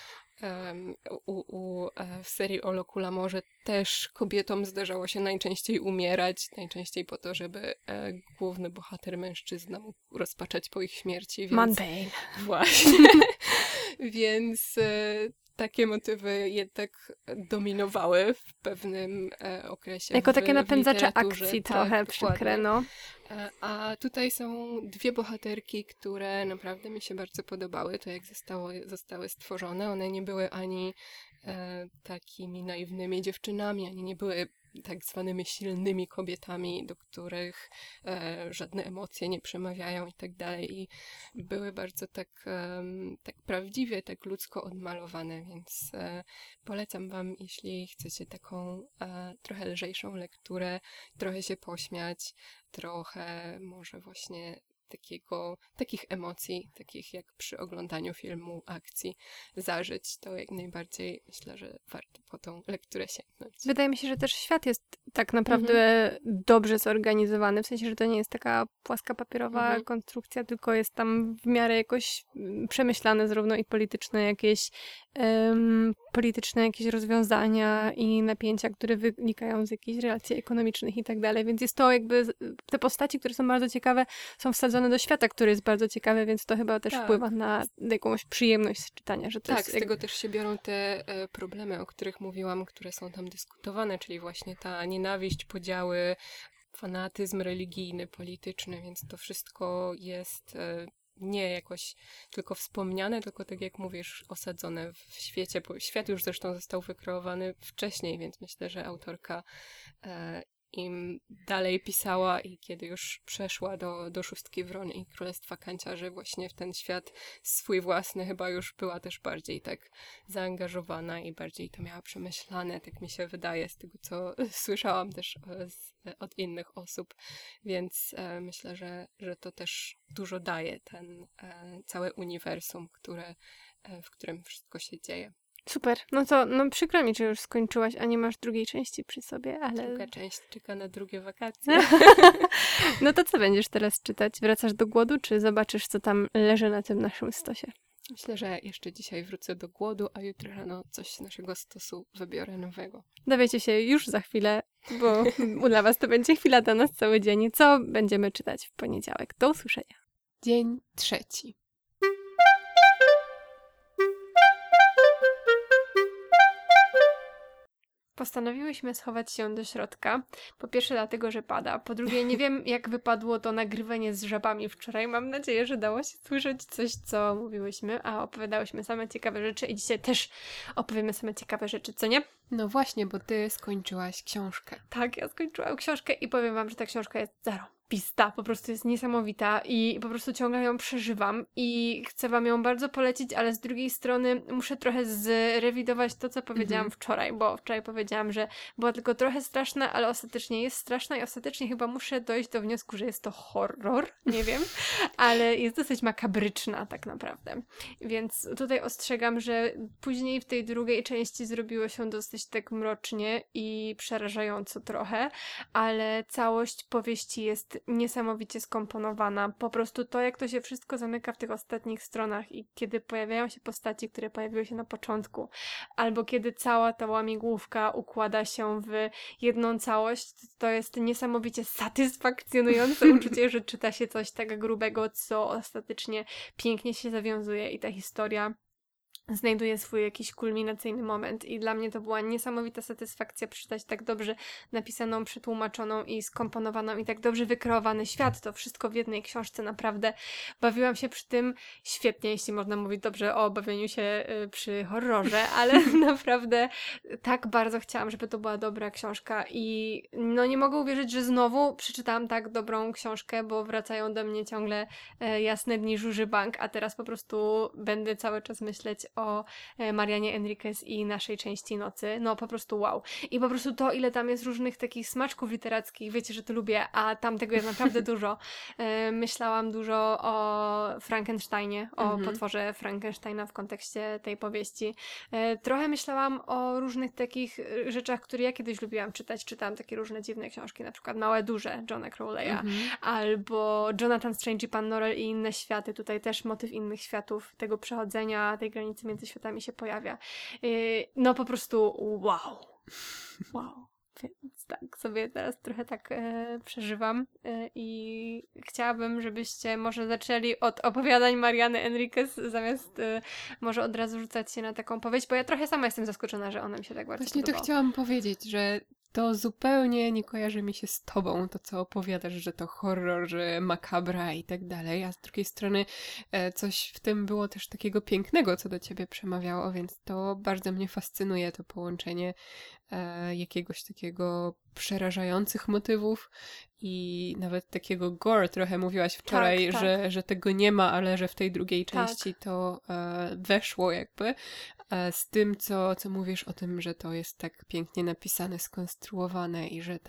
Speaker 2: W serii o Locku Lamorze też kobietom zdarzało się najczęściej umierać, najczęściej po to, żeby główny bohater mężczyzna mógł rozpaczać po ich śmierci. Więc...
Speaker 1: Manbane.
Speaker 2: Właśnie. Więc takie motywy jednak dominowały w pewnym okresie.
Speaker 1: Jako takie napędzacze
Speaker 2: tak,
Speaker 1: akcji trochę przykre, no.
Speaker 2: A tutaj są dwie bohaterki, które naprawdę mi się bardzo podobały, to jak zostały stworzone. One nie były ani takimi naiwnymi dziewczynami, ani nie były tak zwanymi silnymi kobietami, do których żadne emocje nie przemawiają i tak dalej. I były bardzo tak prawdziwie, tak ludzko odmalowane, więc polecam wam, jeśli chcecie taką trochę lżejszą lekturę, trochę się pośmiać, trochę może właśnie takich emocji, takich jak przy oglądaniu filmu, akcji, zażyć, to jak najbardziej myślę, że warto po tą lekturę sięgnąć.
Speaker 1: Wydaje mi się, że też świat jest tak naprawdę dobrze zorganizowany, w sensie, że to nie jest taka płaska papierowa konstrukcja, tylko jest tam w miarę jakoś przemyślane zarówno i polityczne jakieś rozwiązania i napięcia, które wynikają z jakichś relacji ekonomicznych i tak dalej, więc jest to jakby, te postaci, które są bardzo ciekawe, są wsadzone do świata, który jest bardzo ciekawy, więc to chyba też wpływa na jakąś przyjemność z czytania. Że to jest
Speaker 2: z tego też się biorą te problemy, o których mówiłam, które są tam dyskutowane, czyli właśnie ta nienawiść, podziały, fanatyzm religijny, polityczny, więc to wszystko jest nie jakoś tylko wspomniane, tylko tak jak mówisz, osadzone w świecie, bo świat już zresztą został wykreowany wcześniej, więc myślę, że autorka im dalej pisała i kiedy już przeszła do Szóstki Wron i Królestwa Kanciarzy właśnie w ten świat swój własny, chyba już była też bardziej tak zaangażowana i bardziej to miała przemyślane, tak mi się wydaje z tego, co słyszałam też od innych osób, więc myślę, że to też dużo daje ten całe uniwersum, w którym wszystko się dzieje.
Speaker 1: Super. No przykro mi, że już skończyłaś, a nie masz drugiej części przy sobie, ale...
Speaker 2: Druga część czeka na drugie wakacje.
Speaker 1: No to co będziesz teraz czytać? Wracasz do Głodu, czy zobaczysz, co tam leży na tym naszym stosie?
Speaker 2: Myślę, że jeszcze dzisiaj wrócę do Głodu, a jutro rano coś z naszego stosu wybiorę nowego.
Speaker 1: Dowiecie się już za chwilę, bo dla was to będzie chwila dla nas cały dzień. Co będziemy czytać w poniedziałek? Do usłyszenia.
Speaker 2: Dzień 3.
Speaker 1: Postanowiłyśmy schować się do środka. Po pierwsze dlatego, że pada. Po drugie, nie wiem, jak wypadło to nagrywanie z żabami wczoraj. Mam nadzieję, że dało się słyszeć coś, co mówiłyśmy, a opowiadałyśmy same ciekawe rzeczy i dzisiaj też opowiemy same ciekawe rzeczy, co nie?
Speaker 2: No właśnie, bo ty skończyłaś książkę.
Speaker 1: Tak, ja skończyłam książkę i powiem wam, że ta książka jest zarąbista. Po prostu jest niesamowita i po prostu ciągle ją przeżywam i chcę wam ją bardzo polecić, ale z drugiej strony muszę trochę zrewidować to, co powiedziałam wczoraj, bo wczoraj powiedziałam, że była tylko trochę straszna, ale ostatecznie jest straszna i ostatecznie chyba muszę dojść do wniosku, że jest to horror, nie wiem, ale jest dosyć makabryczna tak naprawdę. Więc tutaj ostrzegam, że później w tej drugiej części zrobiło się dosyć tak mrocznie i przerażająco trochę, ale całość powieści jest niesamowicie skomponowana. Po prostu to, jak to się wszystko zamyka w tych ostatnich stronach i kiedy pojawiają się postaci, które pojawiły się na początku, albo kiedy cała ta łamigłówka układa się w jedną całość, to jest niesamowicie satysfakcjonujące uczucie, że czyta się coś tak grubego, co ostatecznie pięknie się zawiązuje i ta historia znajduje swój jakiś kulminacyjny moment i dla mnie to była niesamowita satysfakcja przeczytać tak dobrze napisaną, przetłumaczoną i skomponowaną i tak dobrze wykreowany świat. To wszystko w jednej książce. Naprawdę bawiłam się przy tym świetnie, jeśli można mówić dobrze o bawieniu się przy horrorze, ale naprawdę tak bardzo chciałam, żeby to była dobra książka i no nie mogę uwierzyć, że znowu przeczytałam tak dobrą książkę, bo wracają do mnie ciągle Jasne dni Żuży Bank, a teraz po prostu będę cały czas myśleć o Marianie Enriquez i Naszej części nocy. No po prostu wow. I po prostu to, ile tam jest różnych takich smaczków literackich, wiecie, że to lubię, a tam tego jest naprawdę dużo. Myślałam dużo o Frankensteinie, o potworze Frankensteina w kontekście tej powieści. Trochę myślałam o różnych takich rzeczach, które ja kiedyś lubiłam czytać. Czytałam takie różne dziwne książki, na przykład Małe Duże Johna Crowley'a, albo Jonathan Strange i Pan Norrell i inne światy. Tutaj też motyw innych światów, tego przechodzenia, tej granicy między światami się pojawia. No po prostu wow. Wow. Więc tak, sobie teraz trochę tak przeżywam i chciałabym, żebyście może zaczęli od opowiadań Mariany Enriquez, zamiast może od razu rzucać się na taką powieść, bo ja trochę sama jestem zaskoczona, że ona mi się tak bardzo
Speaker 2: Właśnie
Speaker 1: podobała.
Speaker 2: to chciałam powiedzieć, że to zupełnie nie kojarzy mi się z tobą, to co opowiadasz, że to horror, że makabra i tak dalej, a z drugiej strony coś w tym było też takiego pięknego, co do ciebie przemawiało, więc to bardzo mnie fascynuje, to połączenie jakiegoś takiego przerażających motywów i nawet takiego gore. Trochę mówiłaś wczoraj,
Speaker 1: tak.
Speaker 2: Że tego nie ma, ale że w tej drugiej części to weszło jakby. Z tym, co mówisz o tym, że to jest tak pięknie napisane, skonstruowane i że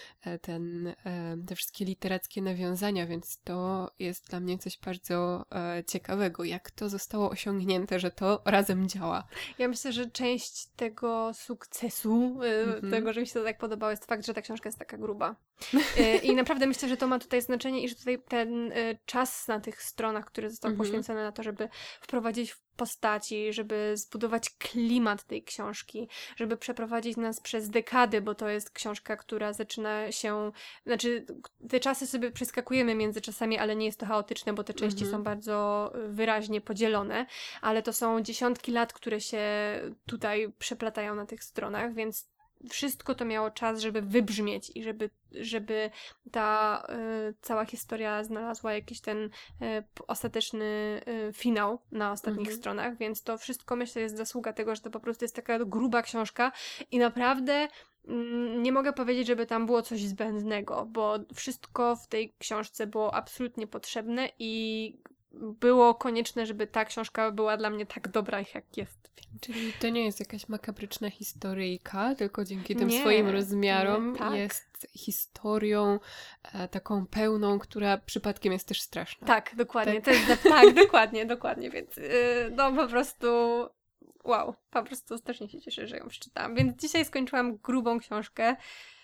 Speaker 2: te wszystkie literackie nawiązania, więc to jest dla mnie coś bardzo ciekawego. Jak to zostało osiągnięte, że to razem działa.
Speaker 1: Ja myślę, że część tego sukcesu, tego, że mi się to tak podobało, jest fakt, że ta książka jest taka gruba. I naprawdę myślę, że to ma tutaj znaczenie i że tutaj ten czas na tych stronach, który został poświęcony na to, żeby wprowadzić postaci, żeby zbudować klimat tej książki, żeby przeprowadzić nas przez dekady, bo to jest książka, która zaczyna się... Znaczy, te czasy sobie przeskakujemy między czasami, ale nie jest to chaotyczne, bo te części są bardzo wyraźnie podzielone, ale to są dziesiątki lat, które się tutaj przeplatają na tych stronach, więc wszystko to miało czas, żeby wybrzmieć i żeby ta cała historia znalazła jakiś ten ostateczny finał na ostatnich stronach, więc to wszystko, myślę, jest zasługa tego, że to po prostu jest taka gruba książka i naprawdę nie mogę powiedzieć, żeby tam było coś zbędnego, bo wszystko w tej książce było absolutnie potrzebne i było konieczne, żeby ta książka była dla mnie tak dobra, jak jest.
Speaker 2: Czyli to nie jest jakaś makabryczna historyjka, tylko dzięki tym swoim rozmiarom jest historią taką pełną, która przypadkiem jest też straszna.
Speaker 1: Tak, dokładnie.
Speaker 2: Tak?
Speaker 1: To jest, tak, dokładnie, więc no po prostu wow, po prostu strasznie się cieszę, że ją przeczytałam. Więc dzisiaj skończyłam grubą książkę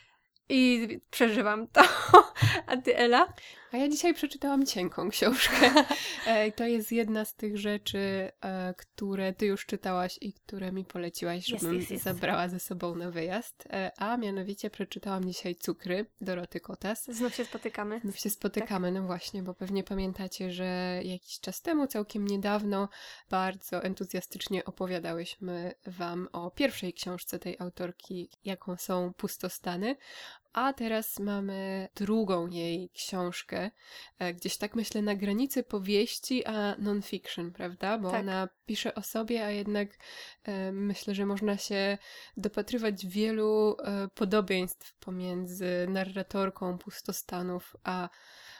Speaker 1: i przeżywam to. A ty, Ela?
Speaker 2: A ja dzisiaj przeczytałam cienką książkę. To jest jedna z tych rzeczy, które ty już czytałaś i które mi poleciłaś, żebym zabrała ze sobą na wyjazd. A mianowicie przeczytałam dzisiaj Cukry Doroty Kotas.
Speaker 1: Znów się spotykamy.
Speaker 2: Tak. No właśnie, bo pewnie pamiętacie, że jakiś czas temu, całkiem niedawno, bardzo entuzjastycznie opowiadałyśmy wam o pierwszej książce tej autorki, jaką są Pustostany. A teraz mamy drugą jej książkę, gdzieś tak myślę na granicy powieści a non-fiction, prawda? Bo ona pisze o sobie, a jednak myślę, że można się dopatrywać wielu podobieństw pomiędzy narratorką Pustostanów a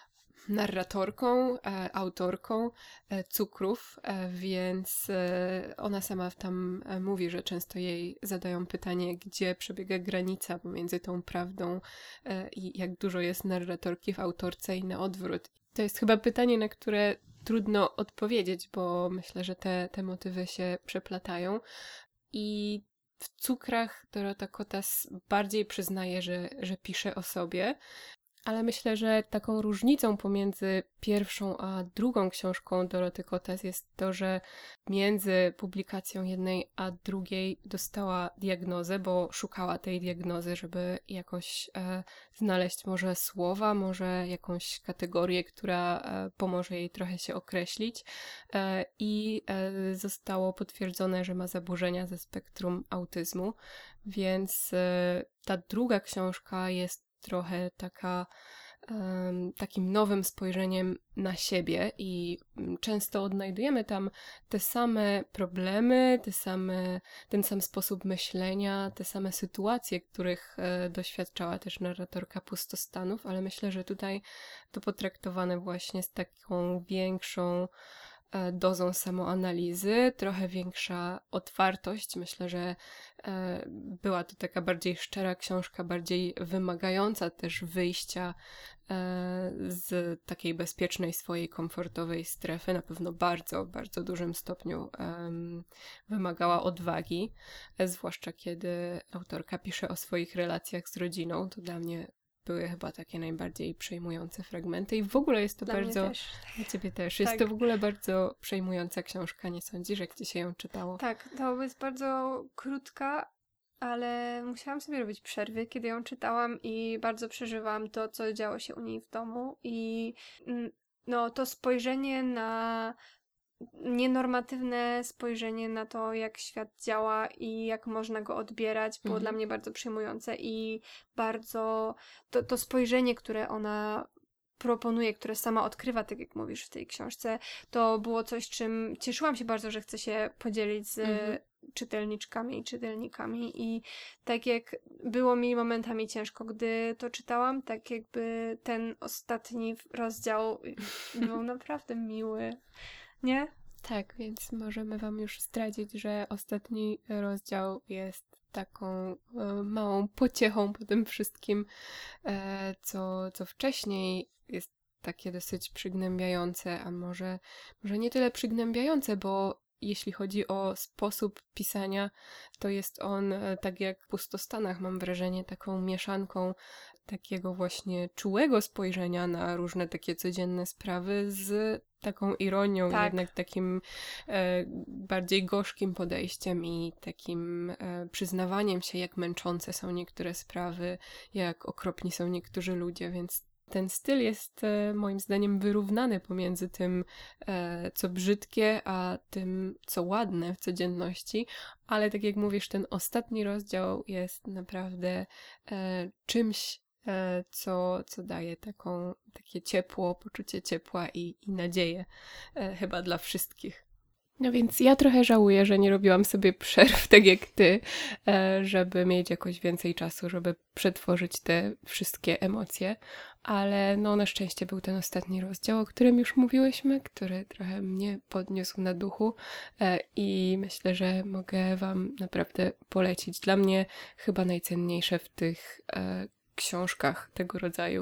Speaker 2: narratorką, autorką Cukrów, więc ona sama tam mówi, że często jej zadają pytanie, gdzie przebiega granica pomiędzy tą prawdą i jak dużo jest narratorki w autorce i na odwrót. To jest chyba pytanie, na które trudno odpowiedzieć, bo myślę, że te motywy się przeplatają. I w Cukrach Dorota Kotas bardziej przyznaje, że pisze o sobie, ale myślę, że taką różnicą pomiędzy pierwszą a drugą książką Doroty Kotas jest to, że między publikacją jednej a drugiej dostała diagnozę, bo szukała tej diagnozy, żeby jakoś znaleźć może słowa, może jakąś kategorię, która pomoże jej trochę się określić i zostało potwierdzone, że ma zaburzenia ze spektrum autyzmu, więc ta druga książka jest trochę takim nowym spojrzeniem na siebie i często odnajdujemy tam te same problemy, ten sam sposób myślenia, te same sytuacje, których doświadczała też narratorka Pustostanów, ale myślę, że tutaj to potraktowane właśnie z taką większą dozą samoanalizy, trochę większa otwartość. Myślę, że była to taka bardziej szczera książka, bardziej wymagająca też wyjścia z takiej bezpiecznej, swojej komfortowej strefy. Na pewno bardzo, bardzo dużym stopniu wymagała odwagi, zwłaszcza kiedy autorka pisze o swoich relacjach z rodziną. To dla mnie były chyba takie najbardziej przejmujące fragmenty i w ogóle jest to
Speaker 1: dla
Speaker 2: bardzo...
Speaker 1: mnie też.
Speaker 2: Dla ciebie też. Jest to w ogóle bardzo przejmująca książka, nie sądzisz, jak ci się ją czytało?
Speaker 1: Tak, to jest bardzo krótka, ale musiałam sobie robić przerwy, kiedy ją czytałam i bardzo przeżywałam to, co działo się u niej w domu i no to spojrzenie na nienormatywne spojrzenie na to, jak świat działa i jak można go odbierać, było dla mnie bardzo przejmujące i bardzo to spojrzenie, które ona proponuje, które sama odkrywa, tak jak mówisz w tej książce, to było coś, czym cieszyłam się bardzo, że chcę się podzielić z czytelniczkami i czytelnikami i tak jak było mi momentami ciężko, gdy to czytałam, tak jakby ten ostatni rozdział był naprawdę miły. Nie?
Speaker 2: Tak, więc możemy wam już zdradzić, że ostatni rozdział jest taką małą pociechą po tym wszystkim, co wcześniej jest takie dosyć przygnębiające, a może nie tyle przygnębiające, bo jeśli chodzi o sposób pisania, to jest on, tak jak w Pustostanach, mam wrażenie, taką mieszanką takiego właśnie czułego spojrzenia na różne takie codzienne sprawy z taką ironią,
Speaker 1: tak.
Speaker 2: jednak takim bardziej gorzkim podejściem i takim przyznawaniem się, jak męczące są niektóre sprawy, jak okropni są niektórzy ludzie, więc ten styl jest moim zdaniem wyrównany pomiędzy tym, co brzydkie, a tym, co ładne w codzienności, ale tak jak mówisz, ten ostatni rozdział jest naprawdę czymś, co daje takie ciepło, poczucie ciepła i nadzieję chyba dla wszystkich. No więc ja trochę żałuję, że nie robiłam sobie przerw tak jak ty, żeby mieć jakoś więcej czasu, żeby przetworzyć te wszystkie emocje, ale no na szczęście był ten ostatni rozdział, o którym już mówiłyśmy, który trochę mnie podniósł na duchu i myślę, że mogę wam naprawdę polecić. Dla mnie chyba najcenniejsze w tych książkach tego rodzaju,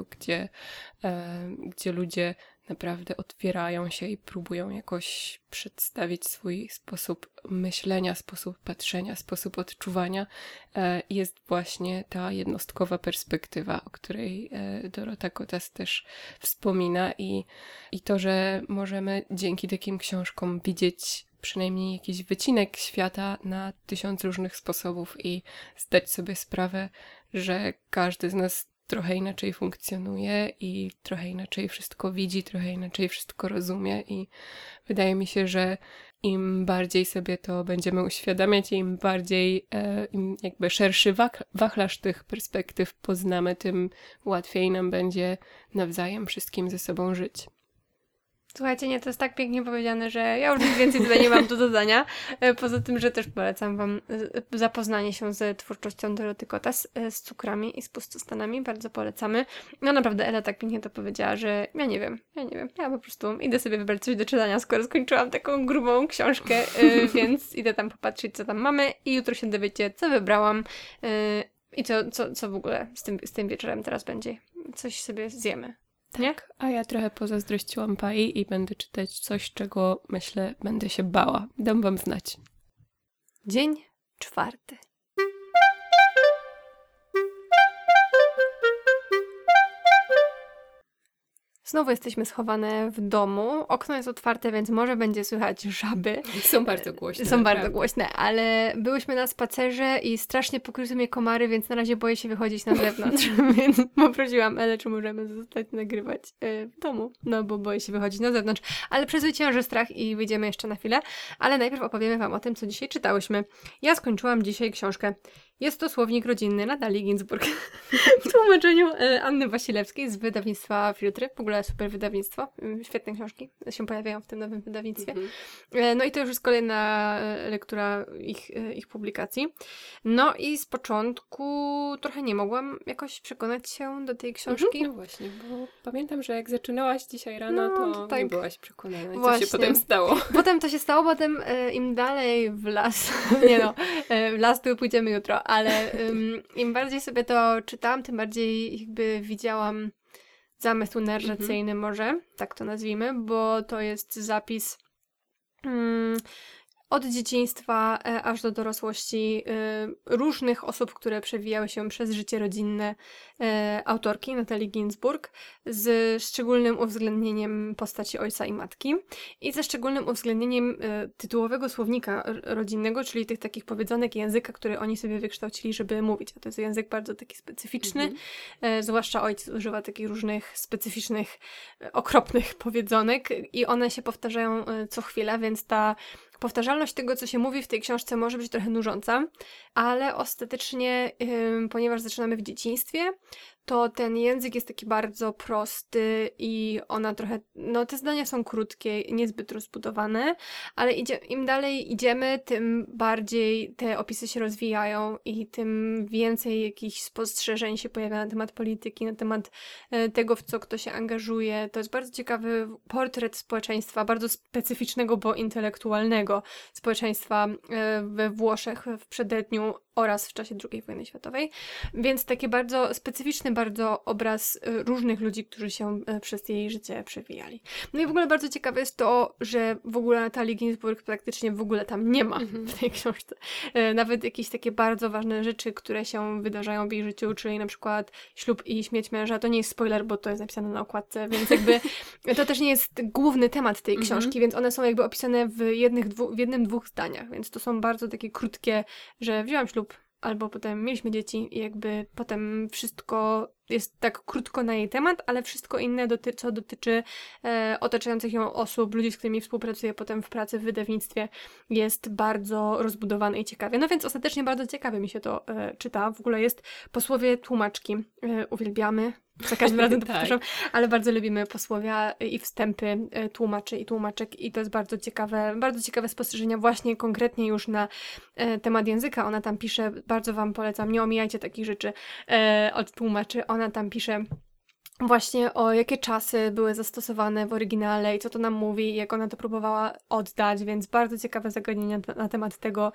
Speaker 2: gdzie ludzie naprawdę otwierają się i próbują jakoś przedstawić swój sposób myślenia, sposób patrzenia, sposób odczuwania, jest właśnie ta jednostkowa perspektywa, o której Dorota Kotas też wspomina i to, że możemy dzięki takim książkom widzieć przynajmniej jakiś wycinek świata na 1000 różnych sposobów i zdać sobie sprawę, że każdy z nas trochę inaczej funkcjonuje i trochę inaczej wszystko widzi, trochę inaczej wszystko rozumie i wydaje mi się, że im bardziej sobie to będziemy uświadamiać, im bardziej im jakby szerszy wachlarz tych perspektyw poznamy, tym łatwiej nam będzie nawzajem wszystkim ze sobą żyć.
Speaker 1: Słuchajcie, nie, to jest tak pięknie powiedziane, że ja już nic więcej tutaj nie mam do dodania. Poza tym, że też polecam wam zapoznanie się z twórczością Doroty Kotas, z cukrami i z pustostanami. Bardzo polecamy. No naprawdę, Ela tak pięknie to powiedziała, że ja nie wiem. Ja po prostu idę sobie wybrać coś do czytania, skoro skończyłam taką grubą książkę, więc idę tam popatrzeć, co tam mamy i jutro się dowiecie, co wybrałam i co w ogóle z tym wieczorem teraz będzie. Coś sobie zjemy.
Speaker 2: Tak,
Speaker 1: nie?
Speaker 2: A ja trochę pozazdrościłam Pai i będę czytać coś, czego myślę będę się bała. Dam wam znać.
Speaker 1: Dzień 4. Znowu jesteśmy schowane w domu. Okno jest otwarte, więc może będzie słychać żaby.
Speaker 2: Są bardzo głośne.
Speaker 1: Są bardzo głośne, ale byłyśmy na spacerze i strasznie pokryły mnie komary, więc na razie boję się wychodzić na zewnątrz. Więc poprosiłam Elę, czy możemy zostać nagrywać w domu. No bo boję się wychodzić na zewnątrz. Ale przezwycięży strach i wyjdziemy jeszcze na chwilę. Ale najpierw opowiemy wam o tym, co dzisiaj czytałyśmy. Ja skończyłam dzisiaj książkę Jest to słownik rodzinny Natalii Ginzburg w tłumaczeniu Anny Wasilewskiej z wydawnictwa Filtry. W ogóle super wydawnictwo. Świetne książki się pojawiają w tym nowym wydawnictwie. No i to już jest kolejna lektura ich publikacji. No i z początku trochę nie mogłam jakoś przekonać się do tej książki.
Speaker 2: No właśnie, bo pamiętam, że jak zaczynałaś dzisiaj rano, to tak. Nie byłaś przekonana. I
Speaker 1: Właśnie.
Speaker 2: co się potem stało?
Speaker 1: Potem to się stało, potem im dalej w las, w las tu pójdziemy jutro, ale im bardziej sobie to czytałam, tym bardziej jakby widziałam zamysł narracyjny może, tak to nazwijmy, bo to jest zapis od dzieciństwa aż do dorosłości różnych osób, które przewijały się przez życie rodzinne autorki Natalii Ginzburg, z szczególnym uwzględnieniem postaci ojca i matki i ze szczególnym uwzględnieniem tytułowego słownika rodzinnego, czyli tych takich powiedzonek języka, które oni sobie wykształcili, żeby mówić. A to jest język bardzo taki specyficzny, zwłaszcza ojciec używa takich różnych specyficznych, okropnych powiedzonek i one się powtarzają co chwilę, więc ta powtarzalność tego, co się mówi w tej książce, może być trochę nużąca, ale ostatecznie, ponieważ zaczynamy w dzieciństwie, to ten język jest taki bardzo prosty i ona trochę, te zdania są krótkie, niezbyt rozbudowane, ale im dalej idziemy, tym bardziej te opisy się rozwijają i tym więcej jakichś spostrzeżeń się pojawia na temat polityki, na temat tego, w co kto się angażuje. To jest bardzo ciekawy portret społeczeństwa, bardzo specyficznego, bo intelektualnego społeczeństwa we Włoszech w przededniu oraz w czasie II wojny światowej. Więc taki bardzo specyficzny bardzo obraz różnych ludzi, którzy się przez jej życie przewijali. No i w ogóle bardzo ciekawe jest to, że w ogóle Natalii Ginzburg praktycznie w ogóle tam nie ma w tej książce. Nawet jakieś takie bardzo ważne rzeczy, które się wydarzają w jej życiu, czyli na przykład ślub i śmierć męża. To nie jest spoiler, bo to jest napisane na okładce, więc jakby to też nie jest główny temat tej książki, więc one są jakby opisane w jednym, dwóch zdaniach, więc to są bardzo takie krótkie, że wzięłam ślub, albo potem mieliśmy dzieci i jakby potem wszystko jest tak krótko na jej temat, ale wszystko inne, co dotyczy otaczających ją osób, ludzi, z którymi współpracuje potem w pracy w wydawnictwie, jest bardzo rozbudowane i ciekawie. No więc ostatecznie bardzo ciekawie mi się to czyta. W ogóle jest posłowie tłumaczki. Uwielbiamy. Za każdym razem to powtarzam, ale bardzo lubimy posłowia i wstępy tłumaczy i tłumaczek i to jest bardzo ciekawe spostrzeżenia właśnie konkretnie już na temat języka. Ona tam pisze, bardzo wam polecam, nie omijajcie takich rzeczy od tłumaczy. Ona tam pisze właśnie o jakie czasy były zastosowane w oryginale i co to nam mówi i jak ona to próbowała oddać, więc bardzo ciekawe zagadnienia na temat tego,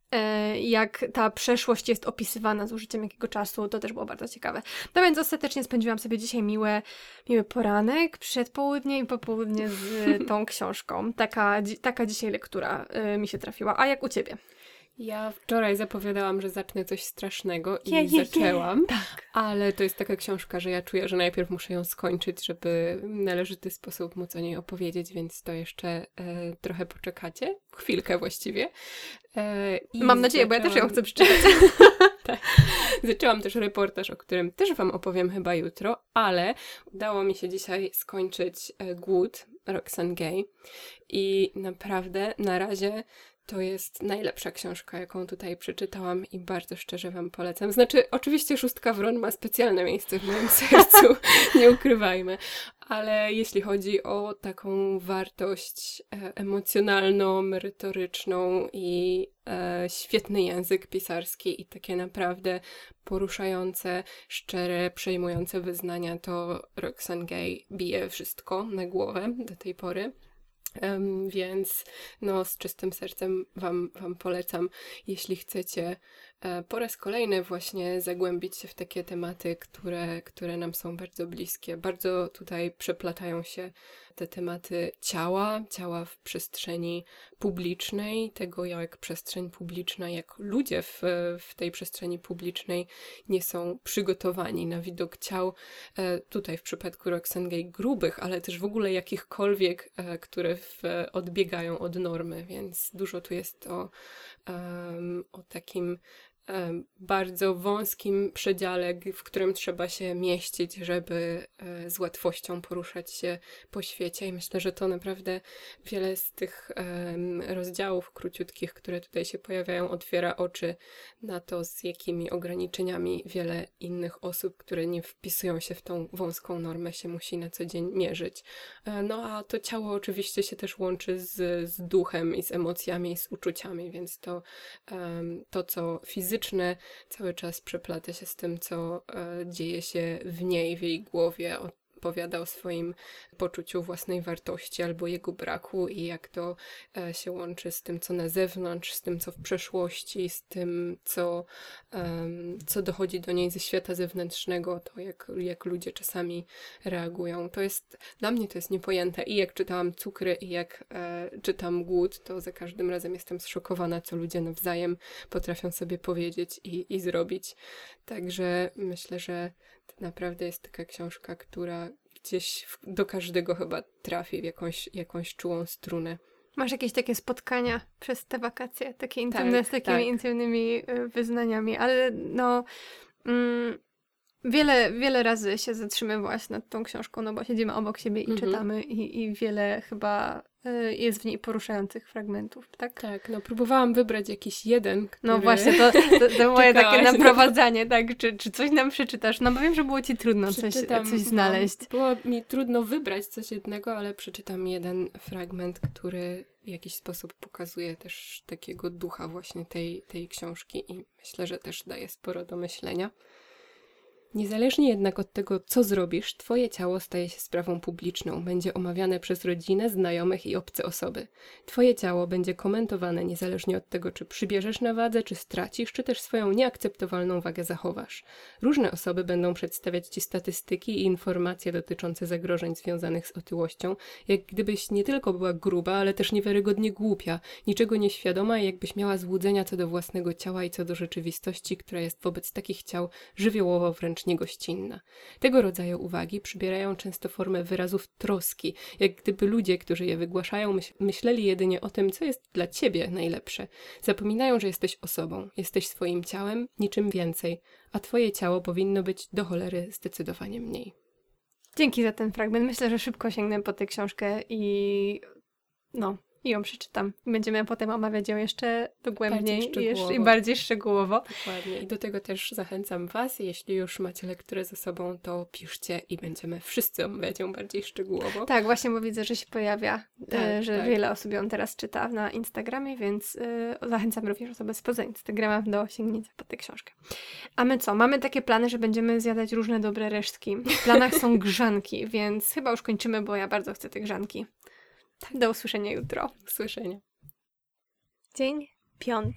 Speaker 1: jak ta przeszłość jest opisywana z użyciem jakiego czasu, to też było bardzo ciekawe. No więc ostatecznie spędziłam sobie dzisiaj miły poranek, przedpołudnie i popołudnie z tą książką. Taka dzisiaj lektura mi się trafiła. A jak u ciebie?
Speaker 2: Ja wczoraj zapowiadałam, że zacznę coś strasznego i zaczęłam,
Speaker 1: tak.
Speaker 2: Ale to jest taka książka, że ja czuję, że najpierw muszę ją skończyć, żeby w należyty sposób móc o niej opowiedzieć, więc to jeszcze trochę poczekacie, chwilkę właściwie.
Speaker 1: Mam nadzieję, bo ja też ją chcę przeczytać.
Speaker 2: Tak. Zaczęłam też reportaż, o którym też wam opowiem chyba jutro, ale udało mi się dzisiaj skończyć Głód Roxane Gay i naprawdę na razie to jest najlepsza książka, jaką tutaj przeczytałam i bardzo szczerze wam polecam. Znaczy, oczywiście Szóstka Wron ma specjalne miejsce w moim sercu, nie ukrywajmy, ale jeśli chodzi o taką wartość emocjonalną, merytoryczną i świetny język pisarski i takie naprawdę poruszające, szczere, przejmujące wyznania, to Roxane Gay bije wszystko na głowę do tej pory. Więc z czystym sercem wam polecam, jeśli chcecie po raz kolejny właśnie zagłębić się w takie tematy, które nam są bardzo bliskie. Bardzo tutaj przeplatają się te tematy ciała w przestrzeni publicznej, tego jak przestrzeń publiczna, jak ludzie w tej przestrzeni publicznej nie są przygotowani na widok ciał. Tutaj w przypadku Roxane Gay grubych, ale też w ogóle jakichkolwiek, które odbiegają od normy, więc dużo tu jest o takim bardzo wąskim przedziale, w którym trzeba się mieścić, żeby z łatwością poruszać się po świecie. I myślę, że to naprawdę wiele z tych rozdziałów króciutkich, które tutaj się pojawiają, otwiera oczy na to, z jakimi ograniczeniami wiele innych osób, które nie wpisują się w tą wąską normę, się musi na co dzień mierzyć. No a to ciało oczywiście się też łączy z duchem i z emocjami i z uczuciami, więc to co fizyczne cały czas przeplata się z tym, co dzieje się w niej, w jej głowie. Opowiada o swoim poczuciu własnej wartości albo jego braku i jak to się łączy z tym, co na zewnątrz, z tym, co w przeszłości, z tym, co dochodzi do niej ze świata zewnętrznego, to jak ludzie czasami reagują. Dla mnie to jest niepojęte. I jak czytałam Cukry i jak czytam Głód, to za każdym razem jestem zszokowana, co ludzie nawzajem potrafią sobie powiedzieć i zrobić. Także myślę, że to naprawdę jest taka książka, która gdzieś do każdego chyba trafi w jakąś czułą strunę.
Speaker 1: Masz jakieś takie spotkania przez te wakacje, takie intymne, z takimi intymnymi wyznaniami, ale no wiele razy się zatrzymywałaś nad tą książką, no bo siedzimy obok siebie i czytamy i wiele chyba jest w niej poruszających fragmentów, tak?
Speaker 2: Tak, no próbowałam wybrać jakiś jeden, który...
Speaker 1: No właśnie, to moje takie naprowadzanie, tak? Czy coś nam przeczytasz? No bo wiem, że było ci trudno coś znaleźć.
Speaker 2: No, było mi trudno wybrać coś jednego, ale przeczytam jeden fragment, który w jakiś sposób pokazuje też takiego ducha właśnie tej książki i myślę, że też daje sporo do myślenia. Niezależnie jednak od tego, co zrobisz, twoje ciało staje się sprawą publiczną, będzie omawiane przez rodzinę, znajomych i obce osoby. Twoje ciało będzie komentowane niezależnie od tego, czy przybierzesz na wadze, czy stracisz, czy też swoją nieakceptowalną wagę zachowasz. Różne osoby będą przedstawiać ci statystyki i informacje dotyczące zagrożeń związanych z otyłością, jak gdybyś nie tylko była gruba, ale też niewiarygodnie głupia, niczego nieświadoma i jakbyś miała złudzenia co do własnego ciała i co do rzeczywistości, która jest wobec takich ciał żywiołowo wręcz niegościnna. Tego rodzaju uwagi przybierają często formę wyrazów troski, jak gdyby ludzie, którzy je wygłaszają, myśleli jedynie o tym, co jest dla ciebie najlepsze. Zapominają, że jesteś osobą, jesteś swoim ciałem, niczym więcej, a twoje ciało powinno być do cholery zdecydowanie mniej.
Speaker 1: Dzięki za ten fragment. Myślę, że szybko sięgnę po tę książkę i ją przeczytam. Będziemy potem omawiać ją jeszcze dogłębniej i bardziej szczegółowo.
Speaker 2: Dokładnie. I do tego też zachęcam was. Jeśli już macie lekturę ze sobą, to piszcie i będziemy wszyscy omawiać ją bardziej szczegółowo.
Speaker 1: Tak, właśnie, bo widzę, że się pojawia, że wiele osób ją teraz czyta na Instagramie, więc zachęcam również osoby spoza Instagrama do sięgnięcia po tę książkę. A my co? Mamy takie plany, że będziemy zjadać różne dobre resztki. W planach są grzanki, więc chyba już kończymy, bo ja bardzo chcę te grzanki. Do usłyszenia jutro.
Speaker 2: Do usłyszenia.
Speaker 1: Dzień 5.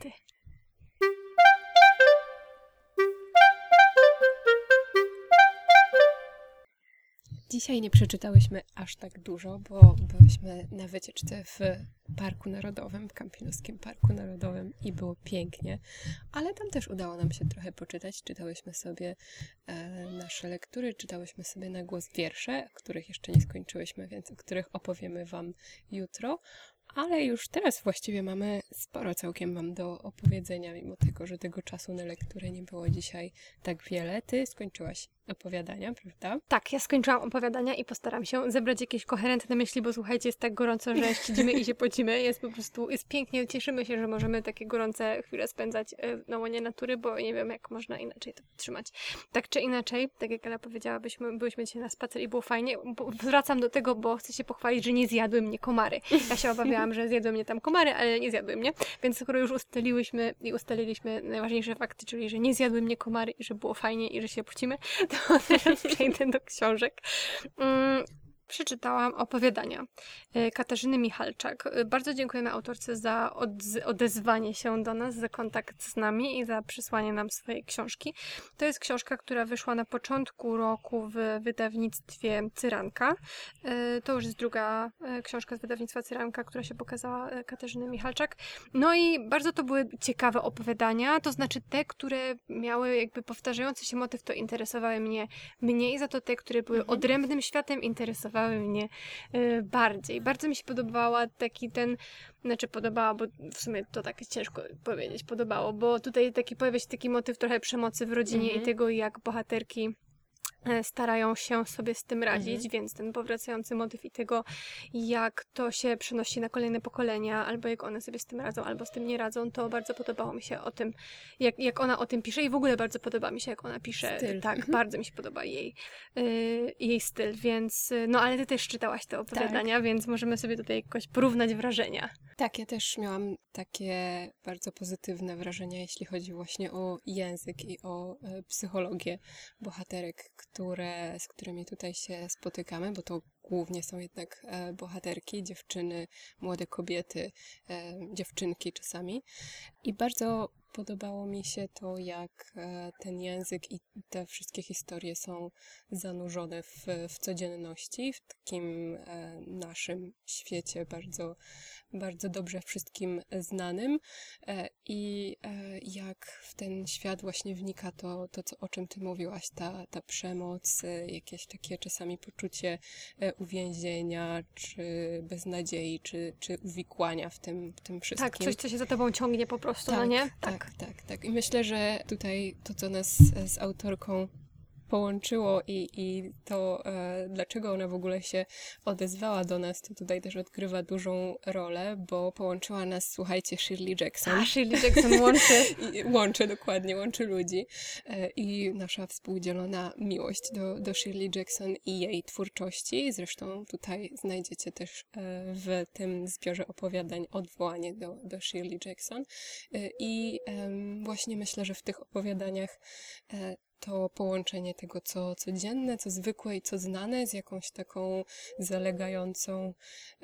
Speaker 2: Dzisiaj nie przeczytałyśmy aż tak dużo, bo byłyśmy na wycieczce w Parku Narodowym, w Kampinoskim Parku Narodowym i było pięknie, ale tam też udało nam się trochę poczytać. Czytałyśmy sobie nasze lektury, czytałyśmy sobie na głos wiersze, których jeszcze nie skończyłyśmy, więc o których opowiemy wam jutro. Ale już teraz właściwie mamy sporo całkiem wam do opowiedzenia, mimo tego, że tego czasu na lekturę nie było dzisiaj tak wiele. Ty skończyłaś opowiadania, prawda?
Speaker 1: Tak, ja skończyłam opowiadania i postaram się zebrać jakieś koherentne myśli, bo słuchajcie, jest tak gorąco, że siedzimy i się pocimy. Jest pięknie, cieszymy się, że możemy takie gorące chwile spędzać na łonie natury, bo nie wiem, jak można inaczej to trzymać. Tak czy inaczej, tak jak Ela powiedziała, byłyśmy dzisiaj na spacer i było fajnie. Wracam do tego, bo chcę się pochwalić, że nie zjadły mnie komary. Ja się obawiałam, że zjadły mnie tam komary, ale nie zjadły mnie, więc skoro już ustaliliśmy najważniejsze fakty, czyli że nie zjadły mnie komary i że było fajnie i że się pocimy, to teraz przejdę do książek. Przeczytałam opowiadania Katarzyny Michalczak. Bardzo dziękujemy autorce za odezwanie się do nas, za kontakt z nami i za przysłanie nam swojej książki. To jest książka, która wyszła na początku roku w wydawnictwie Cyranka. To już jest druga książka z wydawnictwa Cyranka, która się pokazała Katarzyny Michalczak. No i bardzo to były ciekawe opowiadania, to znaczy te, które miały jakby powtarzający się motyw, to interesowały mnie mniej, za to te, które były odrębnym światem, interesowały interesowały mnie bardziej. Bardzo mi się podobała podobała, bo w sumie to tak ciężko powiedzieć, podobało, bo tutaj pojawia się taki motyw trochę przemocy w rodzinie i tego, jak bohaterki starają się sobie z tym radzić, więc ten powracający motyw i tego, jak to się przenosi na kolejne pokolenia, albo jak one sobie z tym radzą, albo z tym nie radzą, to bardzo podobało mi się o tym, jak ona o tym pisze i w ogóle bardzo podoba mi się, jak ona pisze.
Speaker 2: Styl.
Speaker 1: Tak, bardzo mi się podoba jej styl, więc ale ty też czytałaś te opowiadania, więc możemy sobie tutaj jakoś porównać wrażenia.
Speaker 2: Tak, ja też miałam takie bardzo pozytywne wrażenia, jeśli chodzi właśnie o język i o psychologię bohaterek, z którymi tutaj się spotykamy, bo to głównie są jednak bohaterki, dziewczyny, młode kobiety, dziewczynki czasami. I bardzo podobało mi się to, jak ten język i te wszystkie historie są zanurzone w codzienności, w takim naszym świecie bardzo, bardzo dobrze wszystkim znanym i jak w ten świat właśnie wnika to o czym ty mówiłaś, ta przemoc, jakieś takie czasami poczucie uwięzienia, czy beznadziei, czy uwikłania w tym wszystkim.
Speaker 1: Tak, coś, co się za tobą ciągnie po prostu, no nie?
Speaker 2: Tak. I myślę, że tutaj to, co nas z autorką połączyło i to, dlaczego ona w ogóle się odezwała do nas, to tutaj też odgrywa dużą rolę, bo połączyła nas, słuchajcie, Shirley Jackson.
Speaker 1: Shirley Jackson
Speaker 2: łączy ludzi. I nasza współdzielona miłość do Shirley Jackson i jej twórczości. Zresztą tutaj znajdziecie też w tym zbiorze opowiadań odwołanie do Shirley Jackson. I właśnie myślę, że w tych opowiadaniach to połączenie tego, co codzienne, co zwykłe i co znane, z jakąś taką zalegającą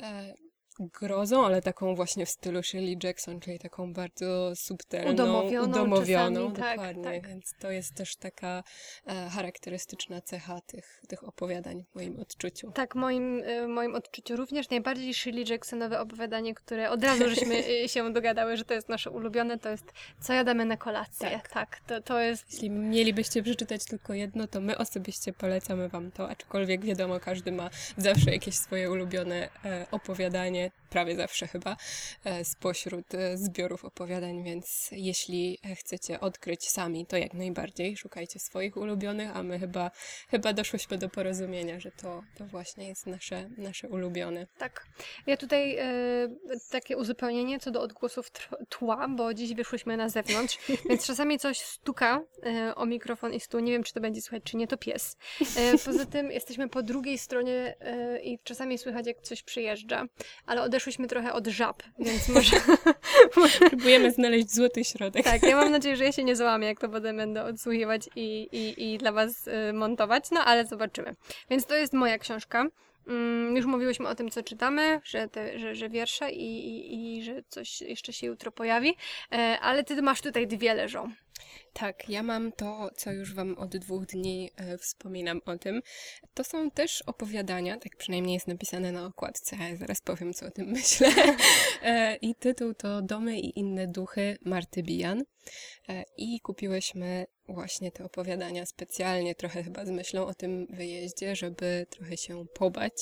Speaker 2: grozą, ale taką właśnie w stylu Shirley Jackson, czyli taką bardzo subtelną, udomowioną
Speaker 1: czasami,
Speaker 2: dokładnie,
Speaker 1: tak.
Speaker 2: Więc to jest też taka charakterystyczna cecha tych opowiadań w moim odczuciu.
Speaker 1: Tak, moim odczuciu również. Najbardziej Shirley Jacksonowe opowiadanie, które od razu żeśmy się dogadały, że to jest nasze ulubione, to jest Co jadamy na kolację. Tak, to jest...
Speaker 2: Jeśli mielibyście przeczytać tylko jedno, to my osobiście polecamy wam to, aczkolwiek wiadomo, każdy ma zawsze jakieś swoje ulubione opowiadanie, prawie zawsze chyba, spośród zbiorów opowiadań, więc jeśli chcecie odkryć sami, to jak najbardziej szukajcie swoich ulubionych, a my chyba doszłyśmy do porozumienia, że to właśnie jest nasze ulubione.
Speaker 1: Tak. Ja tutaj takie uzupełnienie co do odgłosów tła, bo dziś wyszłyśmy na zewnątrz, więc czasami coś stuka o mikrofon i stół. Nie wiem, czy to będzie słychać, czy nie, to pies. Poza tym jesteśmy po drugiej stronie i czasami słychać, jak coś przyjeżdża, ale odeszłyśmy trochę od żab, więc może...
Speaker 2: Próbujemy znaleźć złoty środek.
Speaker 1: Tak, ja mam nadzieję, że ja się nie załamię, jak to potem będę odsłuchiwać i dla was montować, no ale zobaczymy. Więc to jest moja książka. Już mówiłyśmy o tym, co czytamy, że wiersze i że coś jeszcze się jutro pojawi, ale ty masz tutaj dwie leżą.
Speaker 2: Tak, ja mam to, co już wam od 2 dni wspominam o tym. To są też opowiadania, tak przynajmniej jest napisane na okładce, a ja zaraz powiem, co o tym myślę. I tytuł to Domy i inne duchy Marty Bijan. I kupiłyśmy właśnie te opowiadania specjalnie, trochę chyba z myślą o tym wyjeździe, żeby trochę się pobać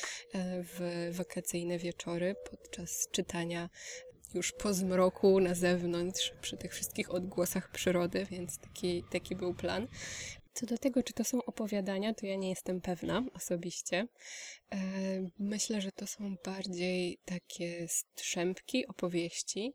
Speaker 2: w wakacyjne wieczory podczas czytania już po zmroku na zewnątrz, przy tych wszystkich odgłosach przyrody, więc taki był plan. Co do tego, czy to są opowiadania, to ja nie jestem pewna osobiście. Myślę, że to są bardziej takie strzępki, opowieści,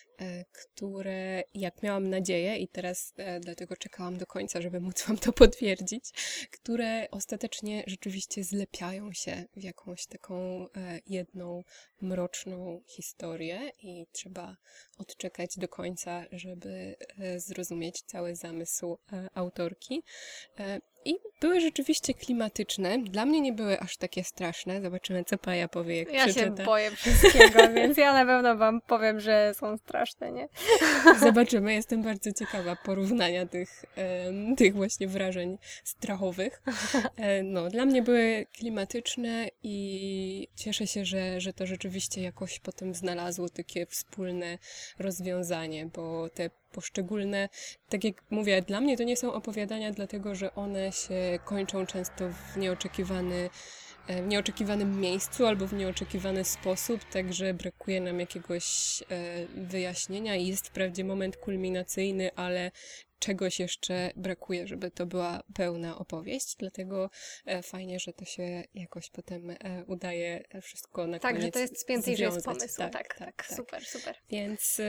Speaker 2: które, jak miałam nadzieję i teraz dlatego czekałam do końca, żeby móc wam to potwierdzić, które ostatecznie rzeczywiście zlepiają się w jakąś taką jedną mroczną historię i trzeba odczekać do końca, żeby zrozumieć cały zamysł autorki. I były rzeczywiście klimatyczne. Dla mnie nie były aż takie straszne. Zobaczymy, co Paja powie, jak przeczyta.
Speaker 1: Ja się boję wszystkiego, więc ja na pewno wam powiem, że są straszne, nie?
Speaker 2: Zobaczymy. Jestem bardzo ciekawa porównania tych właśnie wrażeń strachowych. No, dla mnie były klimatyczne i cieszę się, że to rzeczywiście jakoś potem znalazło takie wspólne rozwiązanie, bo te poszczególne, tak jak mówię, dla mnie to nie są opowiadania, dlatego że one się kończą często w nieoczekiwany w nieoczekiwanym miejscu albo w nieoczekiwany sposób, także brakuje nam jakiegoś wyjaśnienia i jest wprawdzie moment kulminacyjny, ale czegoś jeszcze brakuje, żeby to była pełna opowieść, dlatego fajnie, że to się jakoś potem udaje wszystko na koniec
Speaker 1: Tak, że to jest spięte i że jest
Speaker 2: związać.
Speaker 1: pomysł. Tak. Super.
Speaker 2: Więc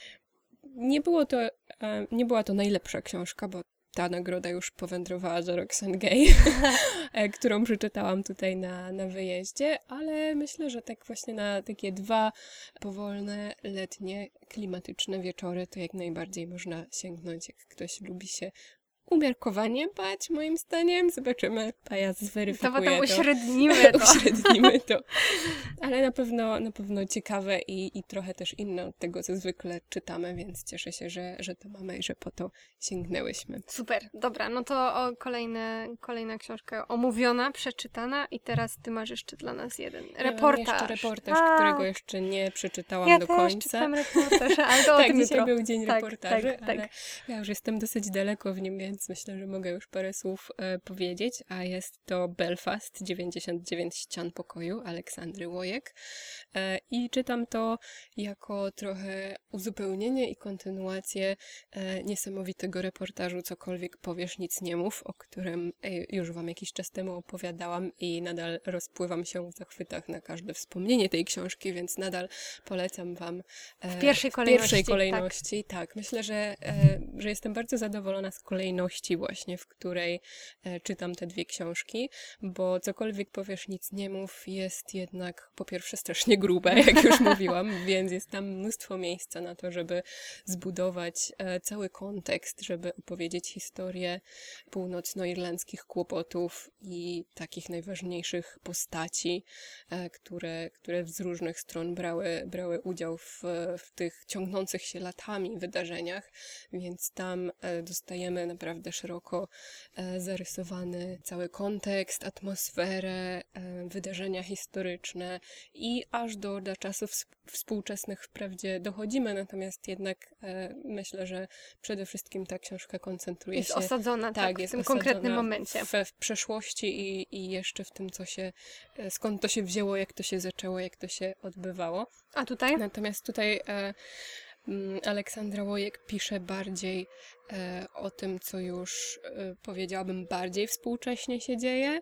Speaker 2: nie była to najlepsza książka, bo ta nagroda już powędrowała do Roxane Gay, którą przeczytałam tutaj na wyjeździe, ale myślę, że tak właśnie na takie 2 powolne, letnie, klimatyczne wieczory to jak najbardziej można sięgnąć, jak ktoś lubi się umiarkowanie bać, moim zdaniem. Zobaczymy, Paja zweryfikuje
Speaker 1: to. Potem
Speaker 2: uśrednimy to. Ale na pewno ciekawe i trochę też inne od tego, co zwykle czytamy, więc cieszę się, że to mamy i że po to sięgnęłyśmy.
Speaker 1: Super, dobra, no to kolejna książka omówiona, przeczytana i teraz ty masz jeszcze dla nas jeden reportaż.
Speaker 2: Mam jeszcze reportaż, którego jeszcze nie przeczytałam do końca.
Speaker 1: Ja też czytam reportaż, ale to o
Speaker 2: tak,
Speaker 1: tym
Speaker 2: dzisiaj
Speaker 1: jutro.
Speaker 2: był dzień reportaży,
Speaker 1: Tak.
Speaker 2: ale ja już jestem dosyć daleko w nim, więc myślę, że mogę już parę słów powiedzieć, a jest to Belfast, 99 ścian pokoju Aleksandry Łojek i czytam to jako trochę uzupełnienie i kontynuację niesamowitego reportażu Cokolwiek powiesz, nic nie mów, o którym już wam jakiś czas temu opowiadałam i nadal rozpływam się w zachwytach na każde wspomnienie tej książki, więc nadal polecam wam
Speaker 1: w pierwszej kolejności.
Speaker 2: Tak. Myślę, że jestem bardzo zadowolona z kolejności właśnie, w której czytam te 2 książki, bo Cokolwiek powiesz, nic nie mów jest jednak po pierwsze strasznie grube, jak już mówiłam, więc jest tam mnóstwo miejsca na to, żeby zbudować cały kontekst, żeby opowiedzieć historię północnoirlandzkich kłopotów i takich najważniejszych postaci, które z różnych stron brały udział w tych ciągnących się latami wydarzeniach, więc tam dostajemy naprawdę szeroko zarysowany cały kontekst, atmosferę, wydarzenia historyczne i aż do czasów współczesnych wprawdzie dochodzimy, natomiast jednak myślę, że przede wszystkim ta książka koncentruje
Speaker 1: jest
Speaker 2: się...
Speaker 1: osadzona w tym konkretnym momencie.
Speaker 2: W przeszłości i jeszcze w tym, skąd to się wzięło, jak to się zaczęło, jak to się odbywało.
Speaker 1: A tutaj?
Speaker 2: Natomiast tutaj Aleksandra Łojek pisze bardziej o tym, co już powiedziałabym bardziej współcześnie się dzieje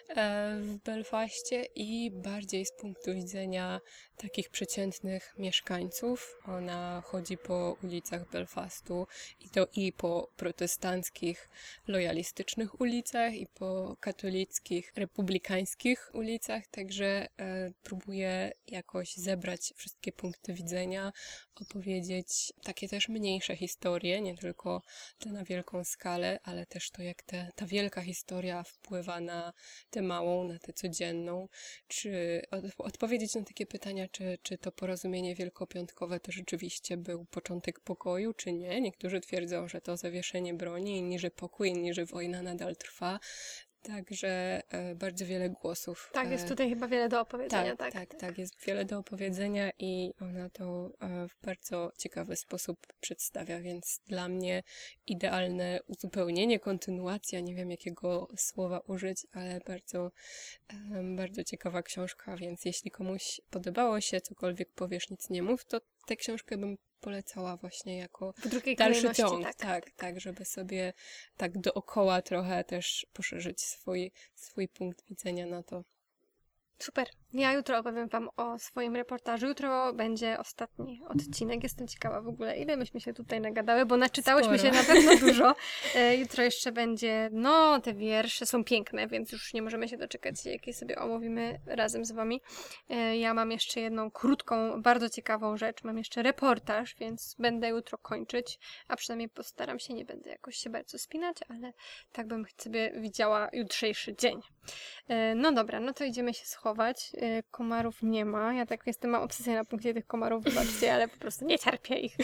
Speaker 2: w Belfaście i bardziej z punktu widzenia takich przeciętnych mieszkańców. Ona chodzi po ulicach Belfastu i po protestanckich, lojalistycznych ulicach i po katolickich, republikańskich ulicach, także próbuje jakoś zebrać wszystkie punkty widzenia, opowiedzieć takie też mniejsze historie, nie tylko te na wielką skalę, ale też to, jak ta wielka historia wpływa na tę małą, na tę codzienną, czy odpowiedzieć na takie pytania, czy to porozumienie wielkopiątkowe to rzeczywiście był początek pokoju, czy nie. Niektórzy twierdzą, że to zawieszenie broni, inni, że pokój, inni, że wojna nadal trwa. Także bardzo wiele głosów.
Speaker 1: Tak, jest tutaj chyba wiele do opowiedzenia.
Speaker 2: Tak, jest wiele do opowiedzenia i ona to w bardzo ciekawy sposób przedstawia, więc dla mnie idealne uzupełnienie, kontynuacja, nie wiem jakiego słowa użyć, ale bardzo, bardzo ciekawa książka, więc jeśli komuś podobało się Cokolwiek powiesz, nic nie mów, to tę książkę bym polecała właśnie jako dalszy ciąg. Tak, żeby sobie tak dookoła trochę też poszerzyć swój punkt widzenia na to.
Speaker 1: Super. Ja jutro opowiem wam o swoim reportażu. Jutro będzie ostatni odcinek. Jestem ciekawa w ogóle, ile myśmy się tutaj nagadały, bo naczytałyśmy się na pewno dużo. Jutro jeszcze będzie, te wiersze są piękne, więc już nie możemy się doczekać, jakie sobie omówimy razem z wami. Ja mam jeszcze jedną krótką, bardzo ciekawą rzecz. Mam jeszcze reportaż, więc będę jutro kończyć, a przynajmniej postaram się, nie będę jakoś się bardzo spinać, ale tak bym sobie widziała jutrzejszy dzień. No dobra, no to idziemy się schować. Komarów nie ma. Ja tak mam obsesję na punkcie tych komarów, wybaczcie, ale po prostu nie cierpię ich.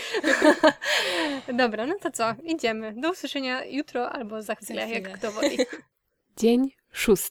Speaker 1: Dobra, no to co? Idziemy. Do usłyszenia jutro albo za chwilę, jak kto woli.
Speaker 2: Dzień 6.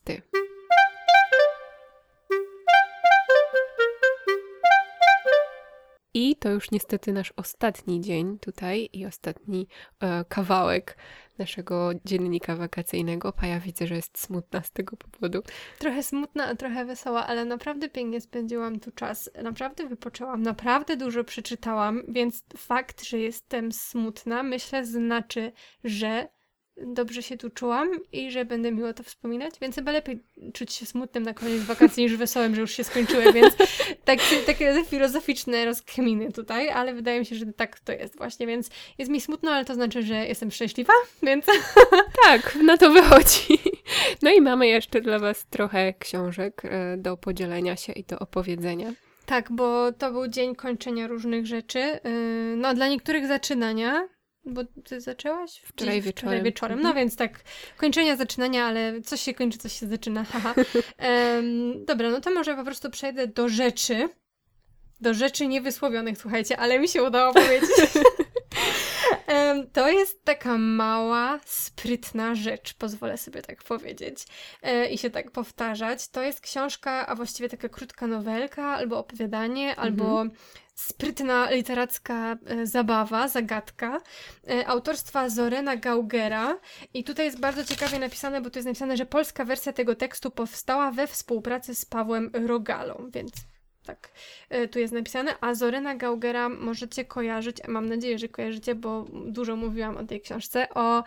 Speaker 2: I to już niestety nasz ostatni dzień tutaj i ostatni kawałek naszego dziennika wakacyjnego. Paja, widzę, że jest smutna z tego powodu.
Speaker 1: Trochę smutna, a trochę wesoła, ale naprawdę pięknie spędziłam tu czas. Naprawdę wypoczęłam, naprawdę dużo przeczytałam, więc fakt, że jestem smutna, myślę, znaczy, że dobrze się tu czułam i że będę miło to wspominać, więc chyba lepiej czuć się smutnym na koniec wakacji niż wesołym, że już się skończyły, więc takie filozoficzne rozkminy tutaj, ale wydaje mi się, że tak to jest właśnie, więc jest mi smutno, ale to znaczy, że jestem szczęśliwa, więc...
Speaker 2: Tak, na to wychodzi. No i mamy jeszcze dla Was trochę książek do podzielenia się i do opowiedzenia.
Speaker 1: Tak, bo to był dzień kończenia różnych rzeczy, no dla niektórych zaczynania, bo ty zaczęłaś?
Speaker 2: Wczoraj wieczorem.
Speaker 1: No więc tak, kończenia, zaczynania, ale coś się kończy, coś się zaczyna. Haha. Dobra, no to może po prostu przejdę do rzeczy. Do rzeczy niewysłowionych, słuchajcie, ale mi się udało powiedzieć. To jest taka mała, sprytna rzecz, pozwolę sobie tak powiedzieć i się tak powtarzać. To jest książka, a właściwie taka krótka nowelka, albo opowiadanie, albo sprytna literacka zabawa, zagadka autorstwa Zorena Gaugera i tutaj jest bardzo ciekawie napisane, bo tu jest napisane, że polska wersja tego tekstu powstała we współpracy z Pawłem Rogalą, więc tak, tu jest napisane, a Zorena Gaugera możecie kojarzyć, mam nadzieję, że kojarzycie, bo dużo mówiłam o tej książce,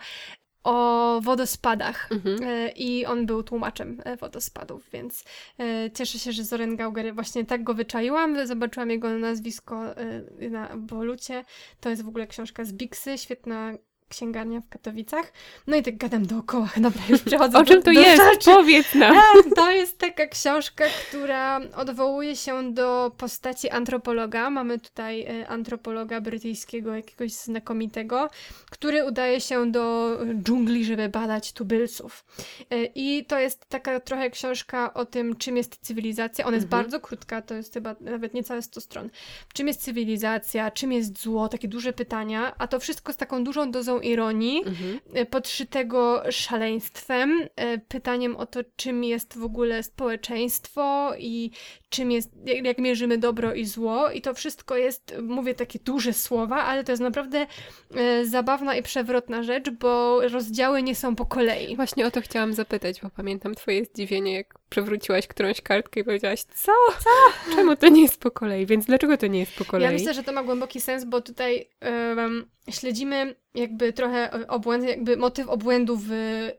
Speaker 1: o wodospadach i on był tłumaczem wodospadów, więc cieszę się, że Zoren Gauger, właśnie tak go wyczaiłam, zobaczyłam jego nazwisko na Bolucie, to jest w ogóle książka z Biksy, świetna księgarnia w Katowicach. No i tak gadam dookoła. Dobra, już przechodzę
Speaker 2: o czym to jest?
Speaker 1: Rzeczy.
Speaker 2: Powiedz nam.
Speaker 1: To jest taka książka, która odwołuje się do postaci antropologa. Mamy tutaj antropologa brytyjskiego, jakiegoś znakomitego, który udaje się do dżungli, żeby badać tubylców. I to jest taka trochę książka o tym, czym jest cywilizacja. Ona jest bardzo krótka, to jest chyba nawet niecałe 100 stron. Czym jest cywilizacja, czym jest zło, takie duże pytania, a to wszystko z taką dużą dozą ironii, podszytego szaleństwem, pytaniem o to, czym jest w ogóle społeczeństwo i czym jest, jak mierzymy dobro i zło i to wszystko jest, mówię takie duże słowa, ale to jest naprawdę zabawna i przewrotna rzecz, bo rozdziały nie są po kolei.
Speaker 2: Właśnie o to chciałam zapytać, bo pamiętam twoje zdziwienie, jak przewróciłaś którąś kartkę i powiedziałaś, co? Czemu to nie jest po kolei? Więc dlaczego to nie jest po kolei?
Speaker 1: Ja myślę, że to ma głęboki sens, bo tutaj śledzimy jakby trochę jakby motyw obłędu w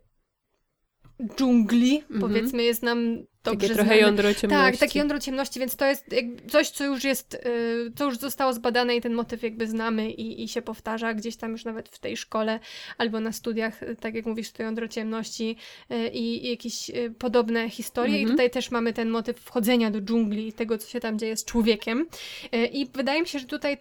Speaker 1: dżungli, powiedzmy, jest nam dobrze
Speaker 2: takie trochę jądro ciemności.
Speaker 1: Tak, takie jądro ciemności, więc to jest coś, co już jest, co już zostało zbadane i ten motyw jakby znamy i się powtarza gdzieś tam już nawet w tej szkole albo na studiach, tak jak mówisz, to jądro ciemności i jakieś podobne historie i tutaj też mamy ten motyw wchodzenia do dżungli i tego, co się tam dzieje z człowiekiem i wydaje mi się, że tutaj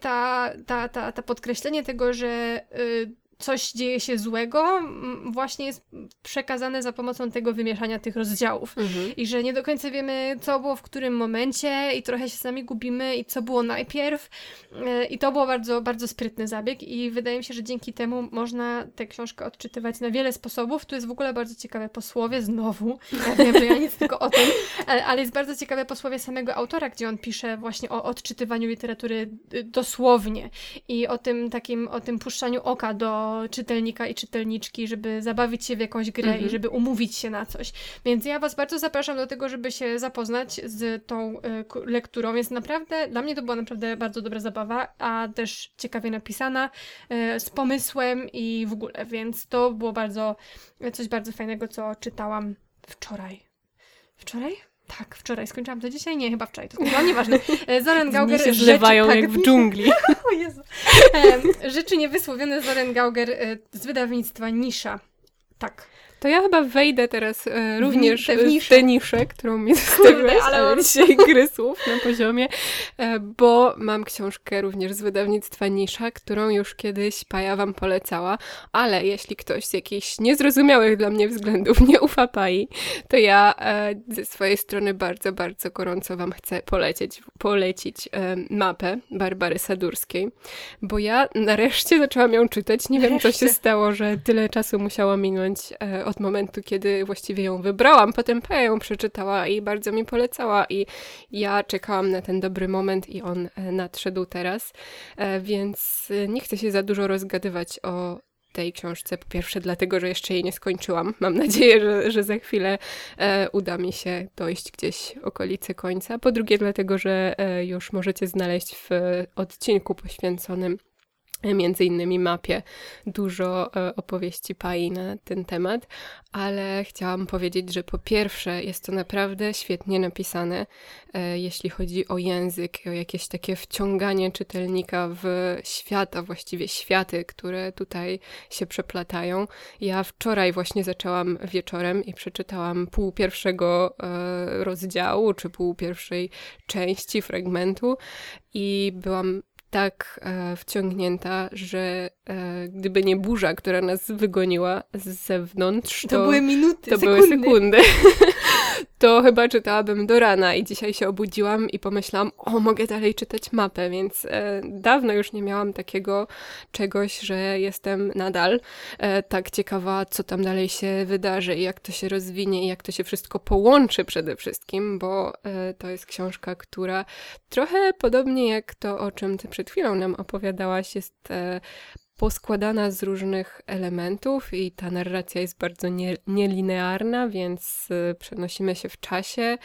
Speaker 1: ta podkreślenie tego, że coś dzieje się złego, właśnie jest przekazane za pomocą tego wymieszania tych rozdziałów. I że nie do końca wiemy, co było w którym momencie i trochę się sami gubimy i co było najpierw. I to było bardzo, bardzo sprytny zabieg i wydaje mi się, że dzięki temu można tę książkę odczytywać na wiele sposobów. Tu jest w ogóle bardzo ciekawe posłowie, znowu. Ja wiem, że ja nic tylko o tym, ale jest bardzo ciekawe posłowie samego autora, gdzie on pisze właśnie o odczytywaniu literatury dosłownie i o tym puszczaniu oka do czytelnika i czytelniczki, żeby zabawić się w jakąś grę i żeby umówić się na coś. Więc ja was bardzo zapraszam do tego, żeby się zapoznać z tą lekturą. Jest naprawdę, dla mnie to była naprawdę bardzo dobra zabawa, a też ciekawie napisana, z pomysłem i w ogóle, więc to było coś bardzo fajnego, co czytałam wczoraj. Wczoraj? Tak, wczoraj. Skończyłam to dzisiaj? Nie, chyba wczoraj. To skończyłam, nieważne. Zoren Gauger...
Speaker 2: się zlewają jak w dżungli.
Speaker 1: O Jezu. Rzeczy niewysłowione Zoren Gauger z wydawnictwa Nisza. Tak.
Speaker 2: To ja chyba wejdę teraz również w tę niszę, którą mi zostawiłeś, ale dzisiaj gry słów na poziomie, bo mam książkę również z wydawnictwa Nisza, którą już kiedyś Paja wam polecała, ale jeśli ktoś z jakichś niezrozumiałych dla mnie względów nie ufa Pai, to ja ze swojej strony bardzo, bardzo gorąco wam chcę polecić mapę Barbary Sadurskiej, bo ja nareszcie zaczęłam ją czytać. Nie wiem, co się stało, że tyle czasu musiało minąć od od momentu, kiedy właściwie ją wybrałam. Potem Paja ją przeczytała i bardzo mi polecała i ja czekałam na ten dobry moment i on nadszedł teraz, więc nie chcę się za dużo rozgadywać o tej książce. Po pierwsze dlatego, że jeszcze jej nie skończyłam. Mam nadzieję, że za chwilę uda mi się dojść gdzieś w okolicy końca. Po drugie dlatego, że już możecie znaleźć w odcinku poświęconym między innymi mapie dużo opowieści Pai na ten temat, ale chciałam powiedzieć, że po pierwsze jest to naprawdę świetnie napisane, jeśli chodzi o język, o jakieś takie wciąganie czytelnika w świat, a właściwie światy, które tutaj się przeplatają. Ja wczoraj właśnie zaczęłam wieczorem i przeczytałam pół pierwszego rozdziału, czy pół pierwszej części, fragmentu i byłam tak wciągnięta, że gdyby nie burza, która nas wygoniła z zewnątrz,
Speaker 1: to były minuty,
Speaker 2: to
Speaker 1: sekundy.
Speaker 2: były sekundy. To chyba czytałabym do rana i dzisiaj się obudziłam i pomyślałam, mogę dalej czytać mapę, więc dawno już nie miałam takiego czegoś, że jestem nadal tak ciekawa, co tam dalej się wydarzy i jak to się rozwinie i jak to się wszystko połączy przede wszystkim, bo to jest książka, która trochę podobnie jak to, o czym ty przed chwilą nam opowiadałaś, jest poskładana z różnych elementów i ta narracja jest bardzo nielinearna, więc przenosimy się w czasie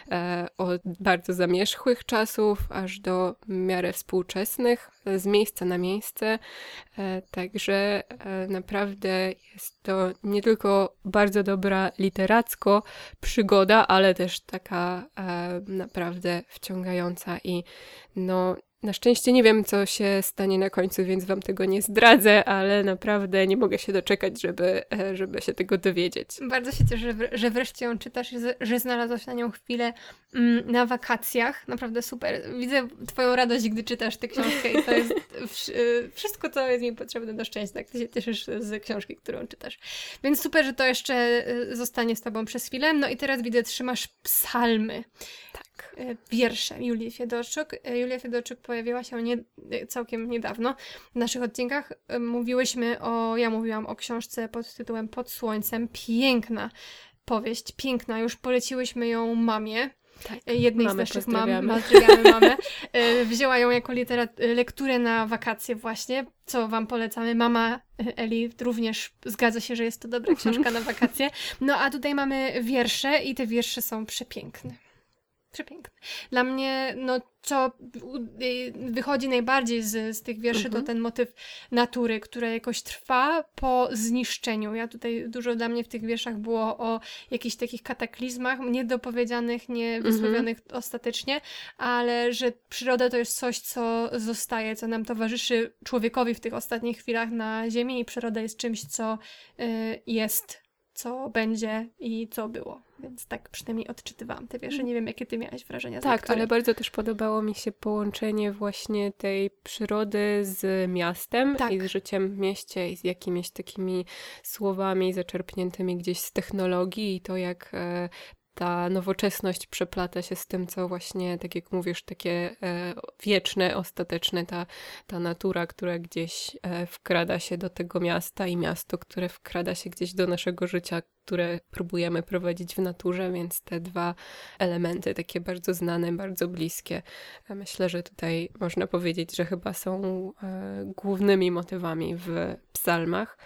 Speaker 2: od bardzo zamierzchłych czasów aż do w miarę współczesnych, z miejsca na miejsce. Także naprawdę jest to nie tylko bardzo dobra literacko przygoda, ale też taka naprawdę wciągająca i na szczęście nie wiem, co się stanie na końcu, więc wam tego nie zdradzę, ale naprawdę nie mogę się doczekać, żeby się tego dowiedzieć.
Speaker 1: Bardzo się cieszę, że wreszcie ją czytasz i że znalazłaś na nią chwilę na wakacjach. Naprawdę super. Widzę twoją radość, gdy czytasz tę książkę i to jest wszystko, co jest mi potrzebne do szczęścia. Jak ty się cieszysz z książki, którą czytasz. Więc super, że to jeszcze zostanie z tobą przez chwilę. No i teraz widzę, trzymasz psalmy.
Speaker 2: Tak.
Speaker 1: Wiersze Julii Fiedorczuk. Julia Fiedorczuk pojawiła się całkiem niedawno w naszych odcinkach. Ja mówiłam o książce pod tytułem Pod słońcem. Piękna powieść, piękna. Już poleciłyśmy ją mamie.
Speaker 2: Tak,
Speaker 1: jednej z naszych mam. Pozdrawiamy mamę. Wzięła ją jako lekturę na wakacje właśnie, co wam polecamy. Mama Eli również zgadza się, że jest to dobra książka na wakacje. No a tutaj mamy wiersze i te wiersze są przepiękne. Przepiękne. Dla mnie, co wychodzi najbardziej z tych wierszy, to ten motyw natury, która jakoś trwa po zniszczeniu. Dużo dla mnie w tych wierszach było o jakichś takich kataklizmach, niedopowiedzianych, niewysłowionych ostatecznie, ale że przyroda to jest coś, co zostaje, co nam towarzyszy człowiekowi w tych ostatnich chwilach na ziemi i przyroda jest czymś, co jest, co będzie i co było. Więc tak przynajmniej odczytywałam te wiersze. Nie wiem, jakie ty miałaś wrażenia z lektury.
Speaker 2: Ale bardzo też podobało mi się połączenie właśnie tej przyrody z miastem i z życiem w mieście i z jakimiś takimi słowami zaczerpniętymi gdzieś z technologii i to jak ta nowoczesność przeplata się z tym, co właśnie, tak jak mówisz, takie wieczne, ostateczne, ta natura, która gdzieś wkrada się do tego miasta i miasto, które wkrada się gdzieś do naszego życia, które próbujemy prowadzić w naturze, więc te dwa elementy takie bardzo znane, bardzo bliskie. Myślę, że tutaj można powiedzieć, że chyba są głównymi motywami w psalmach.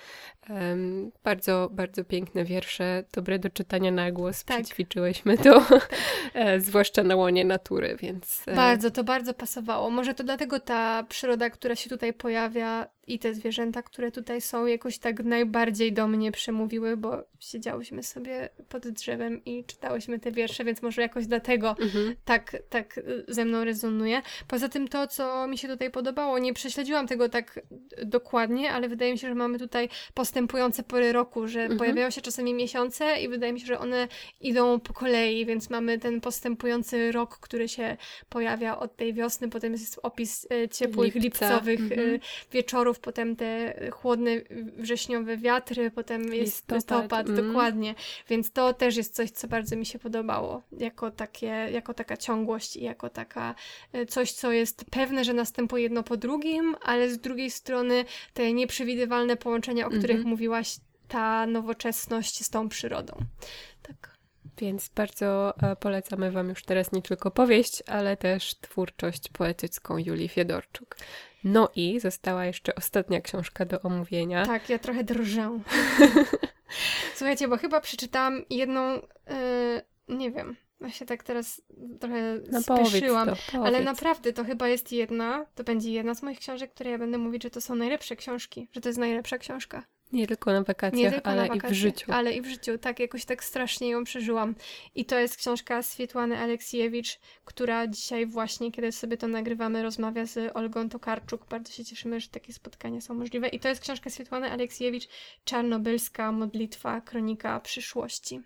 Speaker 2: Bardzo, bardzo piękne wiersze, dobre do czytania na głos. Przećwiczyłyśmy to, zwłaszcza na łonie natury, więc...
Speaker 1: To bardzo pasowało. Może to dlatego ta przyroda, która się tutaj pojawia i te zwierzęta, które tutaj są, jakoś tak najbardziej do mnie przemówiły, bo siedziałyśmy sobie pod drzewem i czytałyśmy te wiersze, więc może jakoś dlatego tak ze mną rezonuje. Poza tym to, co mi się tutaj podobało, nie prześledziłam tego tak dokładnie, ale wydaje mi się, że mamy tutaj postępujące pory roku, że pojawiają się czasami miesiące i wydaje mi się, że one idą po kolei, więc mamy ten postępujący rok, który się pojawia od tej wiosny, potem jest opis ciepłych, lipcowych wieczorów, potem te chłodne wrześniowe wiatry, potem jest listopad, dokładnie. Więc to też jest coś, co bardzo mi się podobało, jako taka ciągłość i jako taka coś, co jest pewne, że następuje jedno po drugim, ale z drugiej strony te nieprzewidywalne połączenia, o których mówiłaś, ta nowoczesność z tą przyrodą. Tak.
Speaker 2: Więc bardzo polecamy Wam już teraz nie tylko powieść, ale też twórczość poetycką Julii Fiedorczuk. No i została jeszcze ostatnia książka do omówienia.
Speaker 1: Tak, ja trochę drżę. Słuchajcie, bo chyba przeczytałam jedną, nie wiem, ja się tak teraz trochę spieszyłam, ale naprawdę to chyba jest to będzie jedna z moich książek, które ja będę mówić, że to są najlepsze książki, że to jest najlepsza książka.
Speaker 2: Nie tylko na wakacjach, i w życiu.
Speaker 1: Ale i w życiu, tak, jakoś tak strasznie ją przeżyłam. I to jest książka Swietłany Aleksiejewicz, która dzisiaj właśnie, kiedy sobie to nagrywamy, rozmawia z Olgą Tokarczuk. Bardzo się cieszymy, że takie spotkania są możliwe. I to jest książka Swietłany Aleksiejewicz, Czarnobylska modlitwa, kronika przyszłości.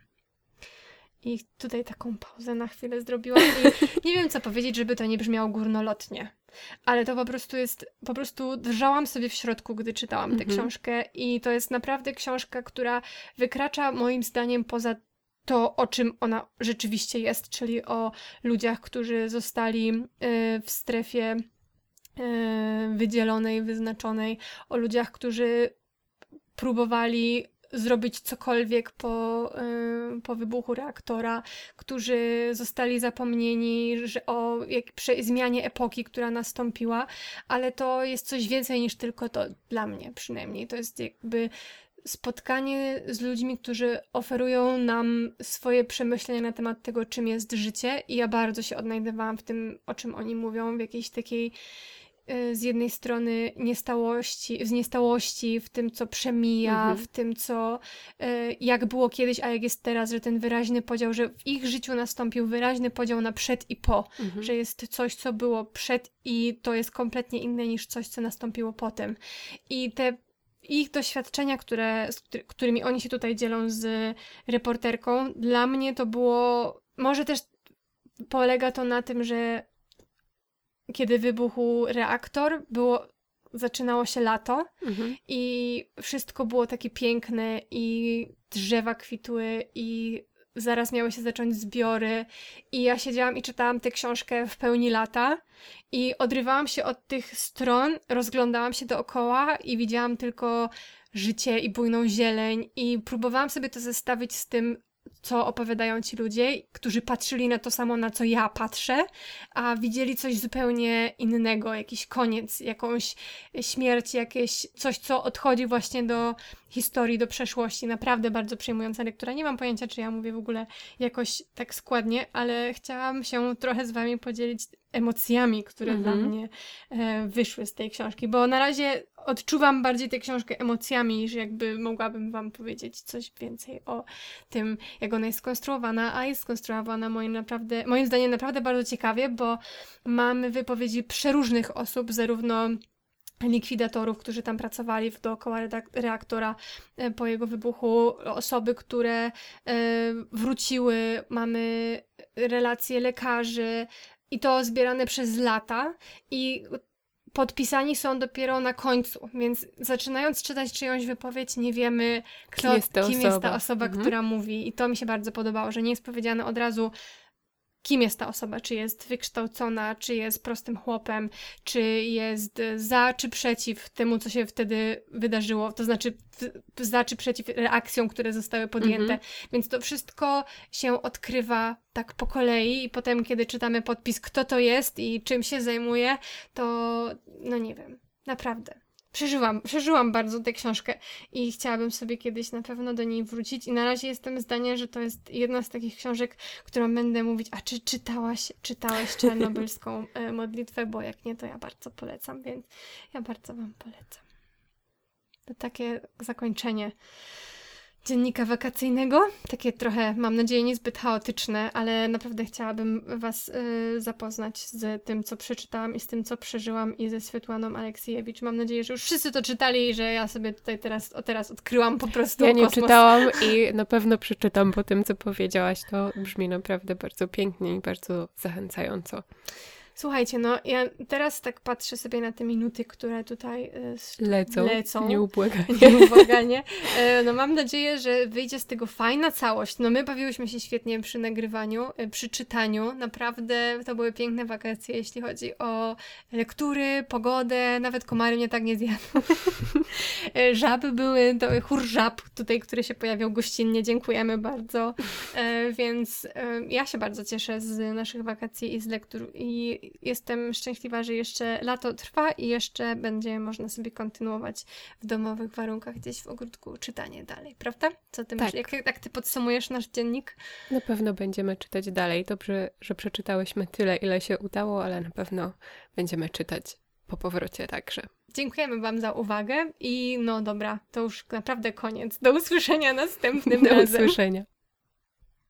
Speaker 1: I tutaj taką pauzę na chwilę zrobiłam i nie wiem, co powiedzieć, żeby to nie brzmiało górnolotnie. Ale to po prostu drżałam sobie w środku, gdy czytałam tę książkę i to jest naprawdę książka, która wykracza moim zdaniem poza to, o czym ona rzeczywiście jest, czyli o ludziach, którzy zostali w strefie wydzielonej, wyznaczonej, o ludziach, którzy próbowali zrobić cokolwiek po wybuchu reaktora, którzy zostali zapomnieni o zmianie epoki, która nastąpiła, ale to jest coś więcej niż tylko to, dla mnie przynajmniej. To jest jakby spotkanie z ludźmi, którzy oferują nam swoje przemyślenia na temat tego, czym jest życie i ja bardzo się odnajdywałam w tym, o czym oni mówią, w jakiejś takiej z jednej strony niestałości, w tym, co przemija, w tym, co jak było kiedyś, a jak jest teraz, że ten wyraźny podział, że w ich życiu nastąpił wyraźny podział na przed i po, że jest coś, co było przed i to jest kompletnie inne niż coś, co nastąpiło potem. I te ich doświadczenia, którymi oni się tutaj dzielą z reporterką, dla mnie to było, może też polega to na tym, że kiedy wybuchł reaktor, zaczynało się lato i wszystko było takie piękne i drzewa kwitły i zaraz miały się zacząć zbiory i ja siedziałam i czytałam tę książkę w pełni lata i odrywałam się od tych stron, rozglądałam się dookoła i widziałam tylko życie i bujną zieleń i próbowałam sobie to zestawić z tym, co opowiadają ci ludzie, którzy patrzyli na to samo, na co ja patrzę, a widzieli coś zupełnie innego, jakiś koniec, jakąś śmierć, coś, co odchodzi właśnie do historii, do przeszłości. Naprawdę bardzo przejmująca lektura. Nie mam pojęcia, czy ja mówię w ogóle jakoś tak składnie, ale chciałam się trochę z wami podzielić emocjami, które dla mnie wyszły z tej książki, bo na razie odczuwam bardziej tę książkę emocjami, niż jakby mogłabym wam powiedzieć coś więcej o tym, jak ona jest skonstruowana, a jest skonstruowana moim zdaniem naprawdę bardzo ciekawie, bo mamy wypowiedzi przeróżnych osób, zarówno likwidatorów, którzy tam pracowali dookoła reaktora po jego wybuchu, osoby, które wróciły, mamy relacje lekarzy i to zbierane przez lata i podpisani są dopiero na końcu, więc zaczynając czytać czyjąś wypowiedź, nie wiemy, kim jest ta osoba, która mówi. I to mi się bardzo podobało, że nie jest powiedziane od razu, kim jest ta osoba, czy jest wykształcona, czy jest prostym chłopem, czy jest za, czy przeciw temu, co się wtedy wydarzyło, to znaczy za, czy przeciw reakcjom, które zostały podjęte. Więc to wszystko się odkrywa tak po kolei i potem, kiedy czytamy podpis, kto to jest i czym się zajmuje, to no nie wiem, naprawdę. Przeżyłam bardzo tę książkę i chciałabym sobie kiedyś na pewno do niej wrócić i na razie jestem zdania, że to jest jedna z takich książek, którą będę mówić, a czy czytałeś Czarnobylską modlitwę, bo jak nie, to ja bardzo polecam, więc ja bardzo wam polecam. To takie zakończenie dziennika wakacyjnego, takie trochę, mam nadzieję, niezbyt chaotyczne, ale naprawdę chciałabym was zapoznać z tym, co przeczytałam i z tym, co przeżyłam i ze Swietłaną Aleksiejewicz. Mam nadzieję, że już wszyscy to czytali i że ja sobie tutaj teraz odkryłam po prostu
Speaker 2: Ja nie
Speaker 1: kosmos.
Speaker 2: czytałam i na pewno przeczytam po tym, co powiedziałaś. To brzmi naprawdę bardzo pięknie i bardzo zachęcająco.
Speaker 1: Słuchajcie, no ja teraz tak patrzę sobie na te minuty, które tutaj lecą. Nieubłaganie. No mam nadzieję, że wyjdzie z tego fajna całość. No my bawiłyśmy się świetnie przy nagrywaniu, przy czytaniu. Naprawdę to były piękne wakacje, jeśli chodzi o lektury, pogodę, nawet komary mnie tak nie zjadły. Żaby były, to chór żab tutaj, który się pojawiał gościnnie. Dziękujemy bardzo. Więc ja się bardzo cieszę z naszych wakacji i z lektur i jestem szczęśliwa, że jeszcze lato trwa i jeszcze będzie można sobie kontynuować w domowych warunkach gdzieś w ogródku czytanie dalej, prawda? Co ty
Speaker 2: tak.
Speaker 1: Jak ty podsumujesz nasz dziennik?
Speaker 2: Na pewno będziemy czytać dalej. Dobrze, że przeczytałyśmy tyle, ile się udało, ale na pewno będziemy czytać po powrocie także.
Speaker 1: Dziękujemy wam za uwagę i no dobra, to już naprawdę koniec. Do usłyszenia następnym razem.
Speaker 2: Do usłyszenia.